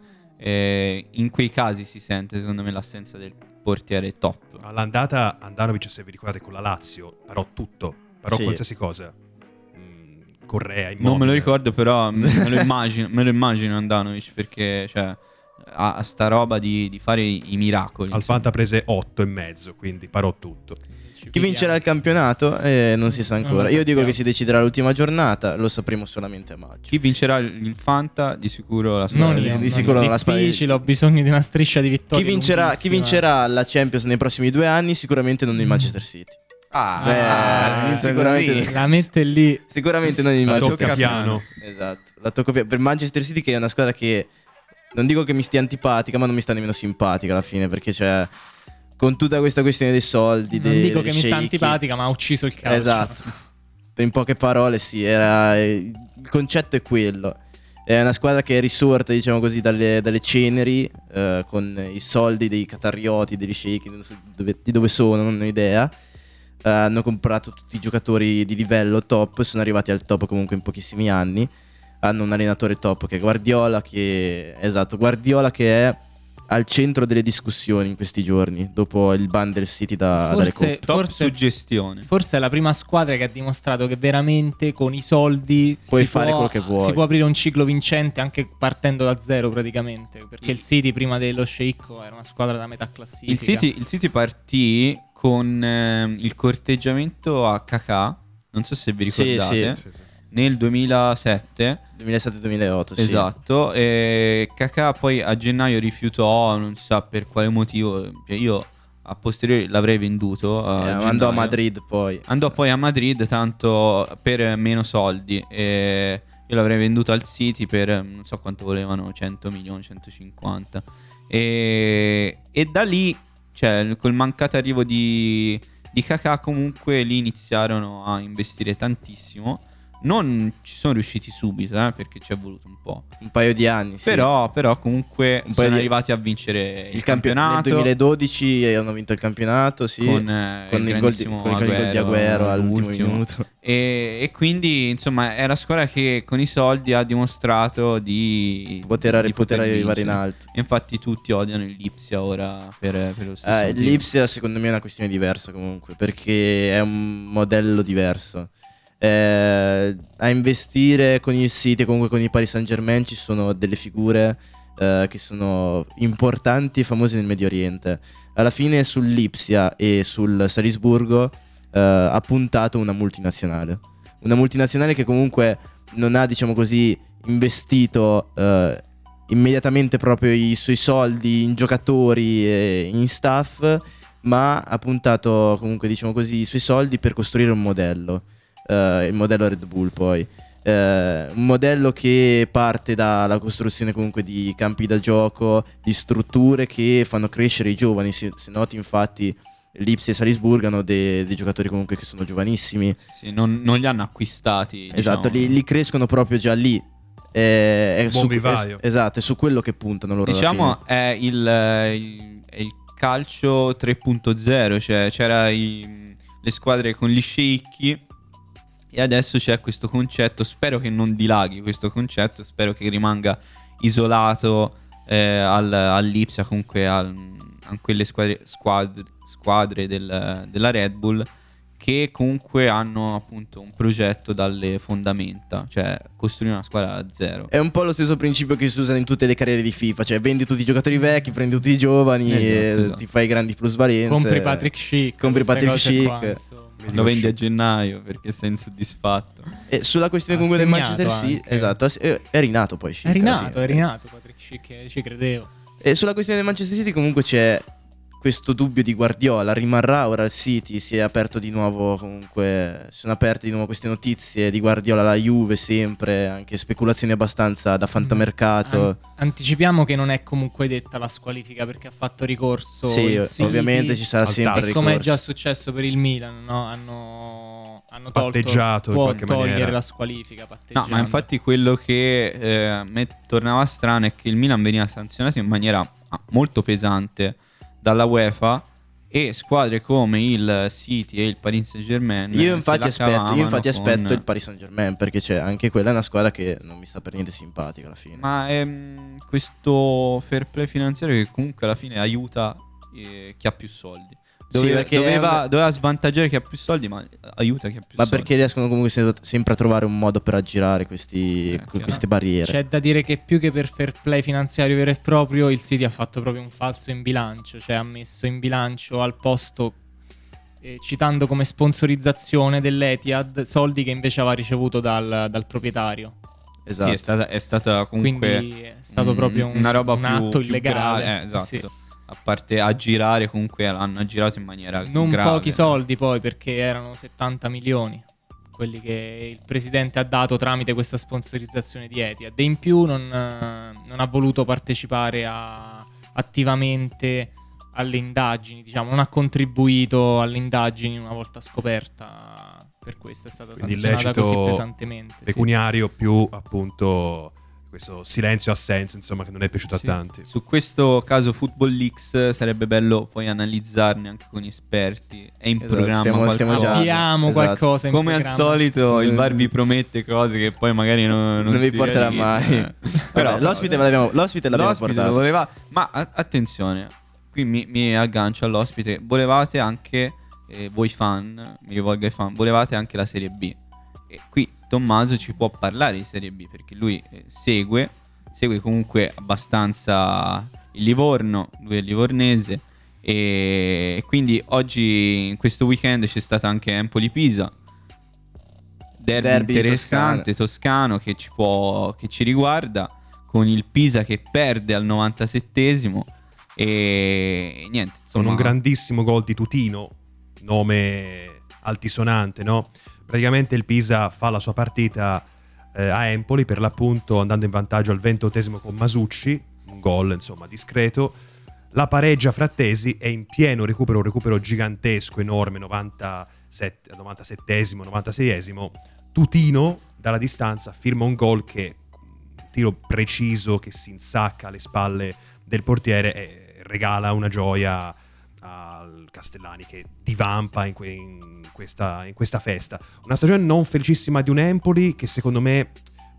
eh, in quei casi si sente secondo me l'assenza del portiere top. All'andata Andanovic, se vi ricordate, con la Lazio parò tutto, parò Sì. qualsiasi cosa. Mm, Correa, Immobile. Non me lo ricordo, però me lo immagino, me lo immagino Andanovic, perché cioè, ha ha sta roba di, di fare i, i miracoli. Al insomma. Fanta prese otto e mezzo, quindi parò tutto. Chi vincerà il campionato eh, non si sa Non ancora. lo Io dico sappiamo. che si deciderà l'ultima giornata, lo sapremo solamente a maggio. Chi vincerà il il Fanta di sicuro la Non squadra. io, di non sicuro io. non la spara- difficile, ho bisogno di una striscia di vittorie. Chi vincerà, chi lunghissima. vincerà la Champions nei prossimi due anni? Sicuramente non il Manchester City. Ah, Beh, ah, sicuramente- così. La mette lì. Sicuramente non il La Manchester tocca City. piano. Esatto. La tocco pi- per Manchester City, che è una squadra che non dico che mi stia antipatica, ma non mi sta nemmeno simpatica alla fine, perché c'è con tutta questa questione dei soldi, Non dei, dico dei che mi sta sceicchi. antipatica, ma ha ucciso il calcio. Esatto. In poche parole, sì, era, il concetto è quello. È una squadra che è risorta, diciamo così, dalle, dalle ceneri, eh, con i soldi dei catarioti, degli sceicchi, non so dove, di dove sono, non ho idea. Eh, hanno comprato tutti i giocatori di livello top, sono arrivati al top comunque in pochissimi anni. Hanno un allenatore top che è Guardiola, che esatto, Guardiola che è al centro delle discussioni in questi giorni, dopo il ban del City da, dalle Forse, coppe. Top forse, suggestione. forse è la prima squadra che ha dimostrato che veramente con i soldi Puoi si fare può, quello che vuoi. si può aprire un ciclo vincente anche partendo da zero praticamente. Perché il City prima dello sceicco era una squadra da metà classifica. Il City, il City partì con eh, il corteggiamento a Kakà, non so se vi Sì, ricordate, sì. Sì, sì. nel duemilasette. duemilasette duemilaotto, sì. Esatto, e Kakà poi a gennaio rifiutò, non so per quale motivo, cioè io a posteriori l'avrei venduto. A Eh, andò a gennaio. Madrid poi. Andò poi a Madrid tanto per meno soldi e io l'avrei venduto al City per non so quanto volevano, cento milioni, centocinquanta. E, e da lì, cioè col mancato arrivo di, di Kakà comunque lì iniziarono a investire tantissimo. Non ci sono riusciti subito, eh, perché ci è voluto un po'. Un paio di anni, sì. Però, però comunque Un paio sono di- arrivati a vincere il, il campion- campionato nel duemiladodici hanno vinto il campionato, sì. con, eh, con il il gol di, grandissimo con il gol di Agüero all'ultimo l'ultimo. minuto. E, e quindi insomma è una squadra che con i soldi ha dimostrato di Poter, di poter arrivare in vincere. alto. E infatti tutti odiano il Lipsia ora per, per lo stesso Eh, motivo. L'Ipsia secondo me è una questione diversa comunque, perché è un modello diverso. Eh, a investire con il City e comunque con il Paris Saint-Germain ci sono delle figure eh, che sono importanti e famose nel Medio Oriente. Alla fine sull'Ipsia e sul Salisburgo eh, ha puntato una multinazionale. Una multinazionale che comunque non ha, diciamo così, investito eh, immediatamente proprio i suoi soldi in giocatori e in staff, ma ha puntato comunque, diciamo così, i suoi soldi per costruire un modello. Uh, il modello Red Bull poi uh, un modello che parte dalla costruzione comunque di campi da gioco, di strutture che fanno crescere i giovani. Se, se noti infatti Lipsia e Salisburgo hanno dei, dei giocatori comunque che sono giovanissimi. Sì, non, non li hanno acquistati. Esatto, diciamo. li, li crescono proprio già lì. Eh, è Un su, buon vivaio. es- esatto, è su quello che puntano loro alla Diciamo fine. è il, il, è il calcio tre punto zero, cioè c'era i- le squadre con gli sceicchi. E adesso c'è questo concetto, spero che non dilaghi questo concetto, spero che rimanga isolato eh, al, all'Ipsia, comunque al, a quelle squadre, squadre, squadre del- della Red Bull che comunque hanno appunto un progetto dalle fondamenta, cioè costruire una squadra da zero. È un po' lo stesso principio che si usa in tutte le carriere di FIFA, cioè vendi tutti i giocatori vecchi, prendi tutti i giovani Esatto, e esatto. ti fai grandi plusvalenze. Compri Patrick Schick. Compri queste Patrick cose Schick. qua, insomma. Lo vendi a gennaio perché sei insoddisfatto. E sulla questione Ha comunque del segnato Manchester City, anche. esatto, è, è rinato poi Schick, È alla rinato, fine. è rinato Patrick Schick, ci credevo. E sulla questione del Manchester City comunque c'è questo dubbio di Guardiola, rimarrà ora al City, si è aperto di nuovo comunque, si sono aperte di nuovo queste notizie di Guardiola alla Juve sempre, anche speculazioni abbastanza da fantamercato. An- anticipiamo che non è comunque detta la squalifica perché ha fatto ricorso Sì, il City. ovviamente ci sarà al sempre tasso. il Come è ricorso. già successo per il Milan, no? Hanno, hanno tolto, Patteggiato in può qualche togliere maniera. la squalifica. No, patteggiando. ma infatti quello che eh, a me tornava strano è che il Milan veniva sanzionato in maniera ah, molto pesante dalla UEFA e squadre come il City e il Paris Saint-Germain Io se infatti la aspetto, io cavavano infatti con- aspetto il Paris Saint-Germain, perché c'è anche quella è una squadra che non mi sta per niente simpatica alla fine. Ma è mm, questo fair play finanziario che comunque alla fine aiuta eh, chi ha più soldi. Sì, Dove- perché è doveva, un- doveva svantaggiare chi ha più soldi, ma aiuta chi ha più Ma soldi. perché riescono comunque se- sempre a trovare un modo per aggirare questi, Eh, que- chiaro. queste barriere. C'è da dire che più che per fair play finanziario vero e proprio, il City ha fatto proprio un falso in bilancio, cioè ha messo in bilancio al posto, eh, citando come sponsorizzazione dell'Etihad, soldi che invece aveva ricevuto dal, dal proprietario. Esatto. Sì, è stata, è stata comunque Quindi è stato un- proprio un, una roba un più, atto più illegale. grave, eh, esatto. Sì. A parte aggirare, comunque l'hanno aggirato in maniera Non grave. pochi soldi poi, perché erano settanta milioni. quelli che il presidente ha dato tramite questa sponsorizzazione di Etihad, e in più non, eh, non ha voluto partecipare a, attivamente alle indagini, diciamo, non ha contribuito alle indagini una volta scoperta, per questo è stata Quindi sanzionata illecito così pesantemente. Sì. pecuniario più appunto questo silenzio assenso, insomma, che non è piaciuto Sì. a tanti. Su questo caso Football Leaks sarebbe bello poi analizzarne anche con esperti. È in Esatto, programma stiamo- stiamo qualcosa? già- Abbiamo esatto. qualcosa in Come al programma. solito il Mm. bar vi promette cose che poi magari non, non Non vi si porterà realizzano. mai. Però Vabbè, l'ospite ve l'abbiamo, l'ospite l'abbiamo l'ospite portato. lo voleva. Ma a- attenzione, qui mi, mi aggancio all'ospite. Volevate anche, eh, voi fan, mi rivolgo ai fan, volevate anche la Serie B. E qui Tommaso ci può parlare di Serie B perché lui eh, segue, segue comunque abbastanza il Livorno, lui è livornese. E quindi oggi, in questo weekend, c'è stata anche Empoli-Pisa. Derby, Derby interessante, toscano, che ci può, che ci riguarda, con il Pisa che perde al novantasettesimo. E niente, Con insomma, un grandissimo gol di Tutino, nome altisonante, no? Praticamente il Pisa fa la sua partita eh, a Empoli, per l'appunto andando in vantaggio al ventottesimo con Masucci, un gol insomma discreto, la pareggia Frattesi e in pieno recupero, un recupero gigantesco, enorme, novantasette, novantasettesimo, novantaseiesimo, Tutino dalla distanza firma un gol che, un tiro preciso che si insacca alle spalle del portiere e regala una gioia al Castellani che divampa in, que- in, questa, in questa festa. Una stagione non felicissima di un Empoli che secondo me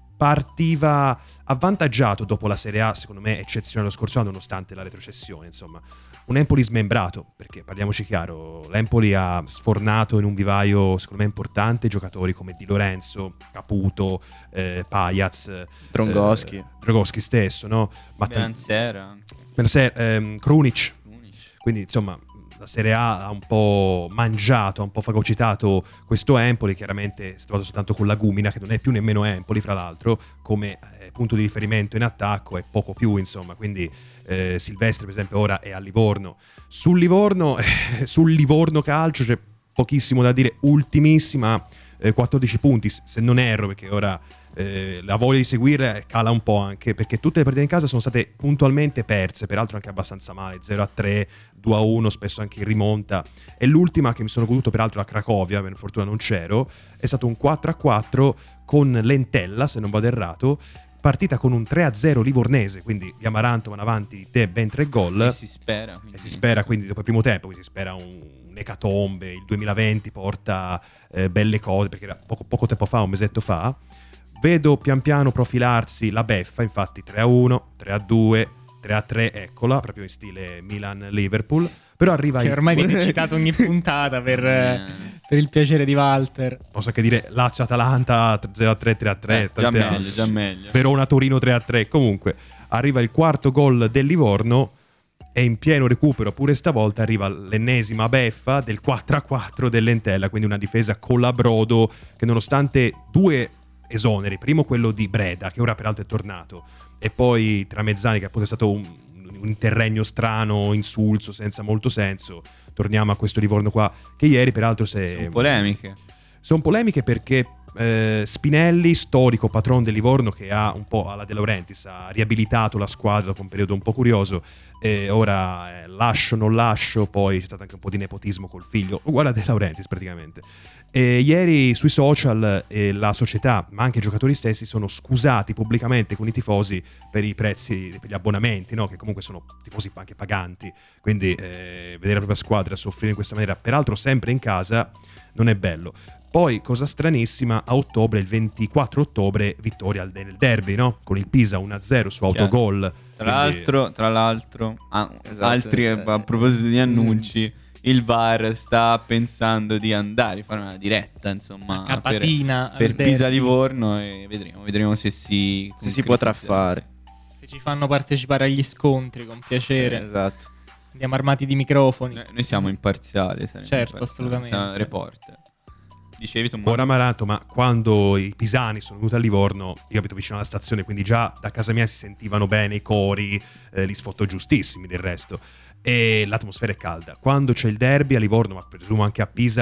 partiva avvantaggiato dopo la Serie A, secondo me eccezionale lo scorso anno nonostante la retrocessione, insomma. Un Empoli smembrato, perché parliamoci chiaro, l'Empoli ha sfornato in un vivaio secondo me importante giocatori come Di Lorenzo, Caputo, eh, Pajaz, Drongoschi. eh, Drongoschi stesso, no? Matt- Benansera anche. Benacer- ehm, Krunic. Unici. Quindi insomma la Serie A ha un po' mangiato, ha un po' fagocitato questo Empoli, chiaramente si è trovato soltanto con la Gumina, che non è più nemmeno Empoli fra l'altro, come eh, punto di riferimento in attacco e poco più, insomma, quindi eh, Silvestri per esempio ora è a Livorno. Sul Livorno, eh, sul Livorno calcio c'è pochissimo da dire, ultimissima, eh, quattordici punti se non erro, perché ora eh, la voglia di seguire cala un po', anche perché tutte le partite in casa sono state puntualmente perse, peraltro anche abbastanza male, zero a tre, due a uno, spesso anche in rimonta, e l'ultima che mi sono goduto peraltro a Cracovia, per fortuna non c'ero, è stato un quattro a quattro con Lentella, se non vado errato, partita con un tre a zero livornese, quindi gli Amaranto vanno avanti di te ben tre gol. E si spera. E quindi. si spera quindi dopo il primo tempo, quindi si spera un, un'ecatombe, il duemilaventi porta eh, belle cose, perché era poco, poco tempo fa, un mesetto fa. Vedo pian piano profilarsi la beffa, infatti tre a uno, tre a due, tre a tre, eccola, proprio in stile Milan-Liverpool, però arriva Che il... ormai viene citato ogni puntata per, Eh, per il piacere di Walter. Posso anche dire Lazio-Atalanta zero a tre, tre a tre, eh, già tante meglio, altre. già meglio. Verona-Torino tre a tre, comunque arriva il quarto gol del Livorno e in pieno recupero pure stavolta arriva l'ennesima beffa del quattro a quattro dell'Entella, quindi una difesa colabrodo che nonostante due esoneri, primo quello di Breda che ora peraltro è tornato e poi Tramezzani che appunto è stato un, un interregno strano, insulso, senza molto senso, torniamo a questo Livorno qua che ieri peraltro se... Sono polemiche. Sono polemiche perché eh, Spinelli, storico patron del Livorno che ha un po' alla De Laurentiis, ha riabilitato la squadra dopo un periodo un po' curioso, e ora eh, lascio non lascio, poi c'è stato anche un po' di nepotismo col figlio, uguale a De Laurentiis praticamente. E ieri sui social eh, la società, ma anche i giocatori stessi, sono scusati pubblicamente con i tifosi per i prezzi, per gli abbonamenti, no? Che comunque sono tifosi anche paganti, quindi eh, vedere la propria squadra soffrire in questa maniera, peraltro sempre in casa, non è bello. Poi, cosa stranissima, a ottobre, il ventiquattro ottobre, vittoria al- nel derby, no? Con il Pisa uno a zero su Chiaro. autogol. Tra Quindi- l'altro, tra l'altro, ah, Esatto. altri Eh, a proposito di annunci, il V A R sta pensando di andare a fare una diretta, insomma, per, Capatina per al derby. Pisa Livorno, e vedremo, vedremo se si Se si potrà concretizza. fare. Se ci fanno partecipare agli scontri, con piacere. Esatto. Andiamo armati di microfoni. Noi, noi siamo imparziali, saremo Certo, imparziali, assolutamente. siamo reporter. Dicevi Tommaso? Ancora Amaranto, ma quando i pisani sono venuti a Livorno, io abito vicino alla stazione, quindi già da casa mia si sentivano bene i cori, eh, li sfottò giustissimi del resto, e l'atmosfera è calda. Quando c'è il derby a Livorno, ma presumo anche a Pisa,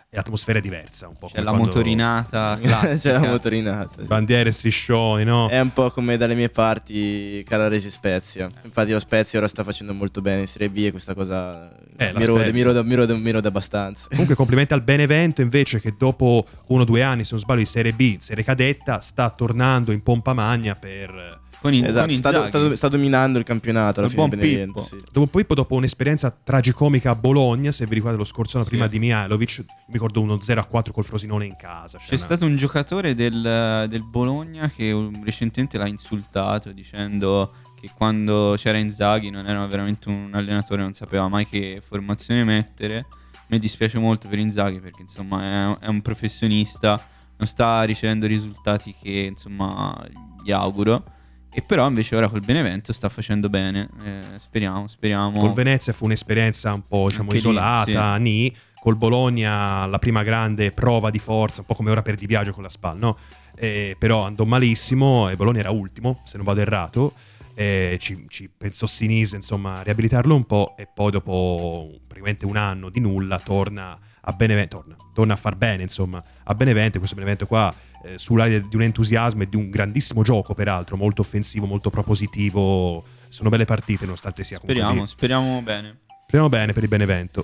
e atmosfera diversa, un po' C'è come la quando- motorinata classica. C'è la motorinata. Sì. bandiere, striscioni, no? È un po' come dalle mie parti Calaresi Spezia. Infatti lo Spezia ora sta facendo molto bene in Serie B e questa cosa Eh, la mi rode, Spezia. mi rode, mi rode, mi rode abbastanza. Comunque complimenti al Benevento invece, che dopo uno o due anni, se non sbaglio, di Serie B, Serie Cadetta, sta tornando in pompa magna per... Con, in, Esatto, con sta, Inzaghi. sta, sta dominando il campionato alla Il fine buon Benevento. Pippo. Sì. Dopo Pippo, dopo un'esperienza tragicomica a Bologna, se vi ricordate lo scorso anno, Sì. prima di Mihailovic, mi ricordo uno zero a quattro col Frosinone in casa. Cioè C'è una- stato un giocatore del, del Bologna che um, recentemente l'ha insultato dicendo che quando c'era Inzaghi non era veramente un allenatore, non sapeva mai che formazione mettere. Mi dispiace molto per Inzaghi perché insomma è, è un professionista, non sta ricevendo i risultati che insomma gli auguro. E però invece ora col Benevento sta facendo bene, eh, speriamo, speriamo. Col Venezia fu un'esperienza un po', diciamo, Anche lì, isolata, nì. Col Bologna la prima grande prova di forza, un po' come ora per Di Biagio con la SPAL, no? Eh, però andò malissimo e Bologna era ultimo, se non vado errato. Eh, ci, ci pensò Sinise, insomma, a riabilitarlo un po', e poi dopo praticamente un anno di nulla torna a Benevento, torna, torna a far bene, insomma, a Benevento. Questo Benevento qua eh, sull'aria di un entusiasmo e di un grandissimo gioco, peraltro, molto offensivo, molto propositivo. Sono belle partite, nonostante sia comunque Speriamo, lì. speriamo bene. Speriamo bene per il Benevento.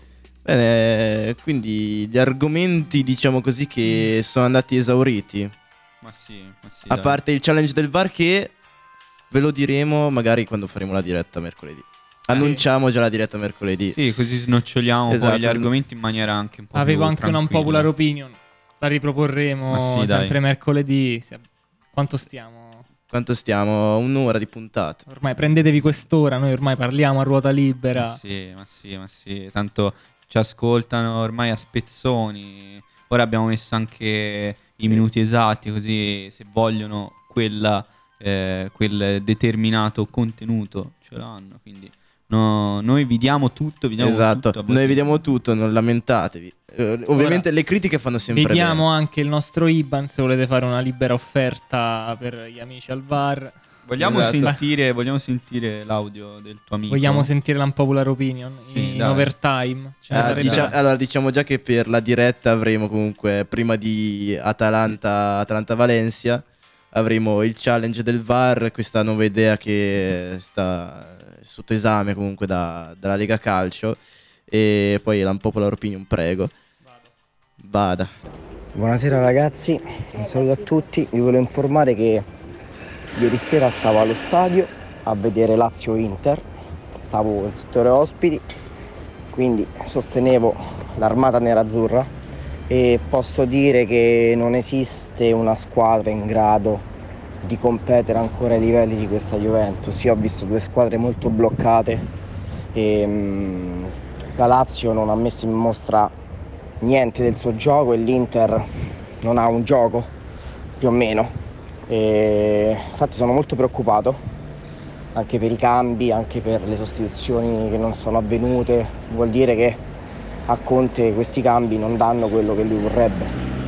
Bene, quindi gli argomenti, diciamo così, che sono andati esauriti. Ma sì, ma sì. A dai. parte il challenge del V A R, che ve lo diremo magari quando faremo la diretta mercoledì. Annunciamo già la diretta mercoledì. Sì, così snoccioliamo Esatto. poi gli argomenti in maniera anche un po' Avevo più anche una tranquilla. unpopular opinion. La riproporremo Ma sì, dai. sempre mercoledì. Se- Quanto stiamo? Quanto stiamo? Un'ora di puntata. Ormai prendetevi quest'ora, noi ormai parliamo a ruota libera. Ma sì, ma sì, ma sì. Tanto ci ascoltano ormai a spezzoni. Ora abbiamo messo anche i minuti esatti, così se vogliono quella, eh, quel determinato contenuto ce l'hanno. Quindi no, noi vi diamo tutto, vi diamo Esatto, tutto. noi vediamo tutto, non lamentatevi. Eh, ovviamente le critiche fanno sempre Vediamo bene. anche il nostro I B A N se volete fare una libera offerta per gli amici al V A R. Vogliamo, Esatto. sentire, vogliamo sentire l'audio del tuo amico? Vogliamo sentire l'unpopular opinion Sì, in dai. overtime. Ce ne Ah, sarebbe- dicia- allora diciamo già che per la diretta avremo comunque, prima di Atalanta Atalanta-Valencia, avremo il challenge del V A R, questa nuova idea che sta sotto esame comunque da- dalla Lega Calcio, e poi l'unpopular opinion, prego. Vada. Buonasera ragazzi, un saluto a tutti. Vi volevo informare che ieri sera stavo allo stadio a vedere Lazio-Inter, stavo in settore ospiti, quindi sostenevo l'Armata Nerazzurra e posso dire che non esiste una squadra in grado di competere ancora ai livelli di questa Juventus. Io ho visto due squadre molto bloccate e mm, la Lazio non ha messo in mostra niente del suo gioco e l'Inter non ha un gioco, più o meno. E infatti sono molto preoccupato anche per i cambi, anche per le sostituzioni che non sono avvenute. Vuol dire che a Conte questi cambi non danno quello che lui vorrebbe.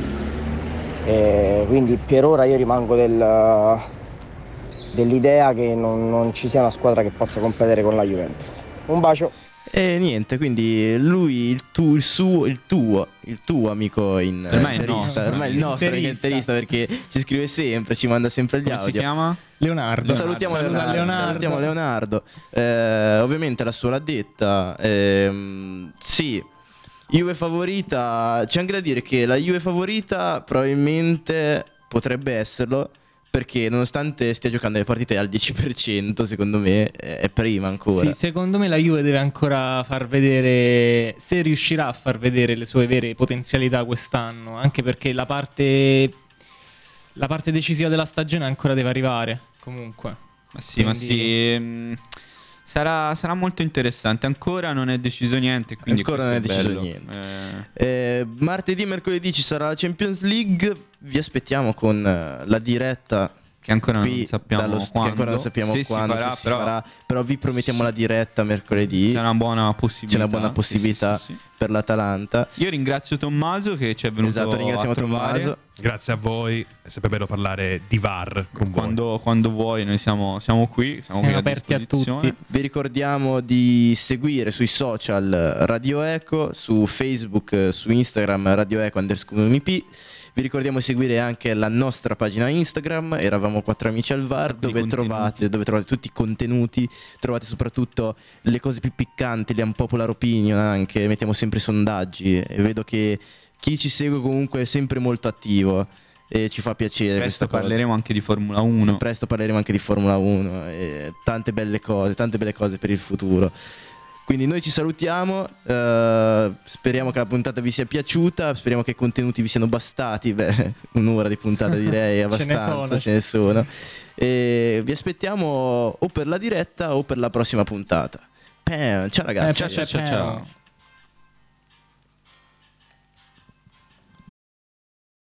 E quindi per ora io rimango del, dell'idea che non, non ci sia una squadra che possa competere con la Juventus. Un bacio. E niente, quindi lui, il, tu, il suo, il tuo, il tuo amico in Ormai è interista, nostro. ormai il nostro Interista. interista, perché ci scrive sempre, ci manda sempre gli Come si audio. chiama? Leonardo. Salutiamo Saluta Leonardo, Leonardo. salutiamo Leonardo. Eh, ovviamente la sua l'ha detta. ehm, sì, Juve favorita. C'è anche da dire che la Juve favorita probabilmente potrebbe esserlo, perché nonostante stia giocando le partite al dieci per cento, secondo me è è prima ancora. Sì, secondo me la Juve deve ancora far vedere, se riuscirà a far vedere le sue vere potenzialità quest'anno, anche perché la parte la parte decisiva della stagione ancora deve arrivare, comunque. Ma sì, ma Quindi- sì. mm, Sarà, sarà molto interessante. Ancora non è deciso niente, quindi Ancora non è questo deciso bello. niente. Eh, Eh, martedì e mercoledì ci sarà la Champions League. Vi aspettiamo con eh, la diretta. che ancora qui non sappiamo dallo st- quando. che ancora non sappiamo se quando si farà, se si però farà, però vi promettiamo la diretta mercoledì. c'è una buona possibilità. C'è una buona Sì, possibilità. sì, sì, sì. per l'Atalanta. Io ringrazio Tommaso che ci è venuto Esatto, ringraziamo a trovare. Tommaso. Grazie a voi, è sempre bello parlare di V A R con voi. Quando, quando vuoi, noi siamo, siamo qui, siamo, Siamo qui a aperti a disposizione. tutti. Vi ricordiamo di seguire sui social Radio Eco, su Facebook, su Instagram Radio Eco underscore M P. Vi ricordiamo di seguire anche la nostra pagina Instagram, Eravamo Quattro Amici al V A R, dove trovate, dove trovate tutti i contenuti, trovate soprattutto le cose più piccanti, le unpopular opinion anche, mettiamo sempre sondaggi e vedo che chi ci segue comunque è sempre molto attivo e ci fa piacere. Presto questa cosa. parleremo anche di Formula uno. Presto parleremo anche di Formula uno e tante belle cose, tante belle cose per il futuro. Quindi noi ci salutiamo, eh, speriamo che la puntata vi sia piaciuta, speriamo che i contenuti vi siano bastati, beh, un'ora di puntata direi abbastanza, ce ne sono. E vi aspettiamo o per la diretta o per la prossima puntata. Ciao ragazzi. Eh, ciao ciao ciao. ciao.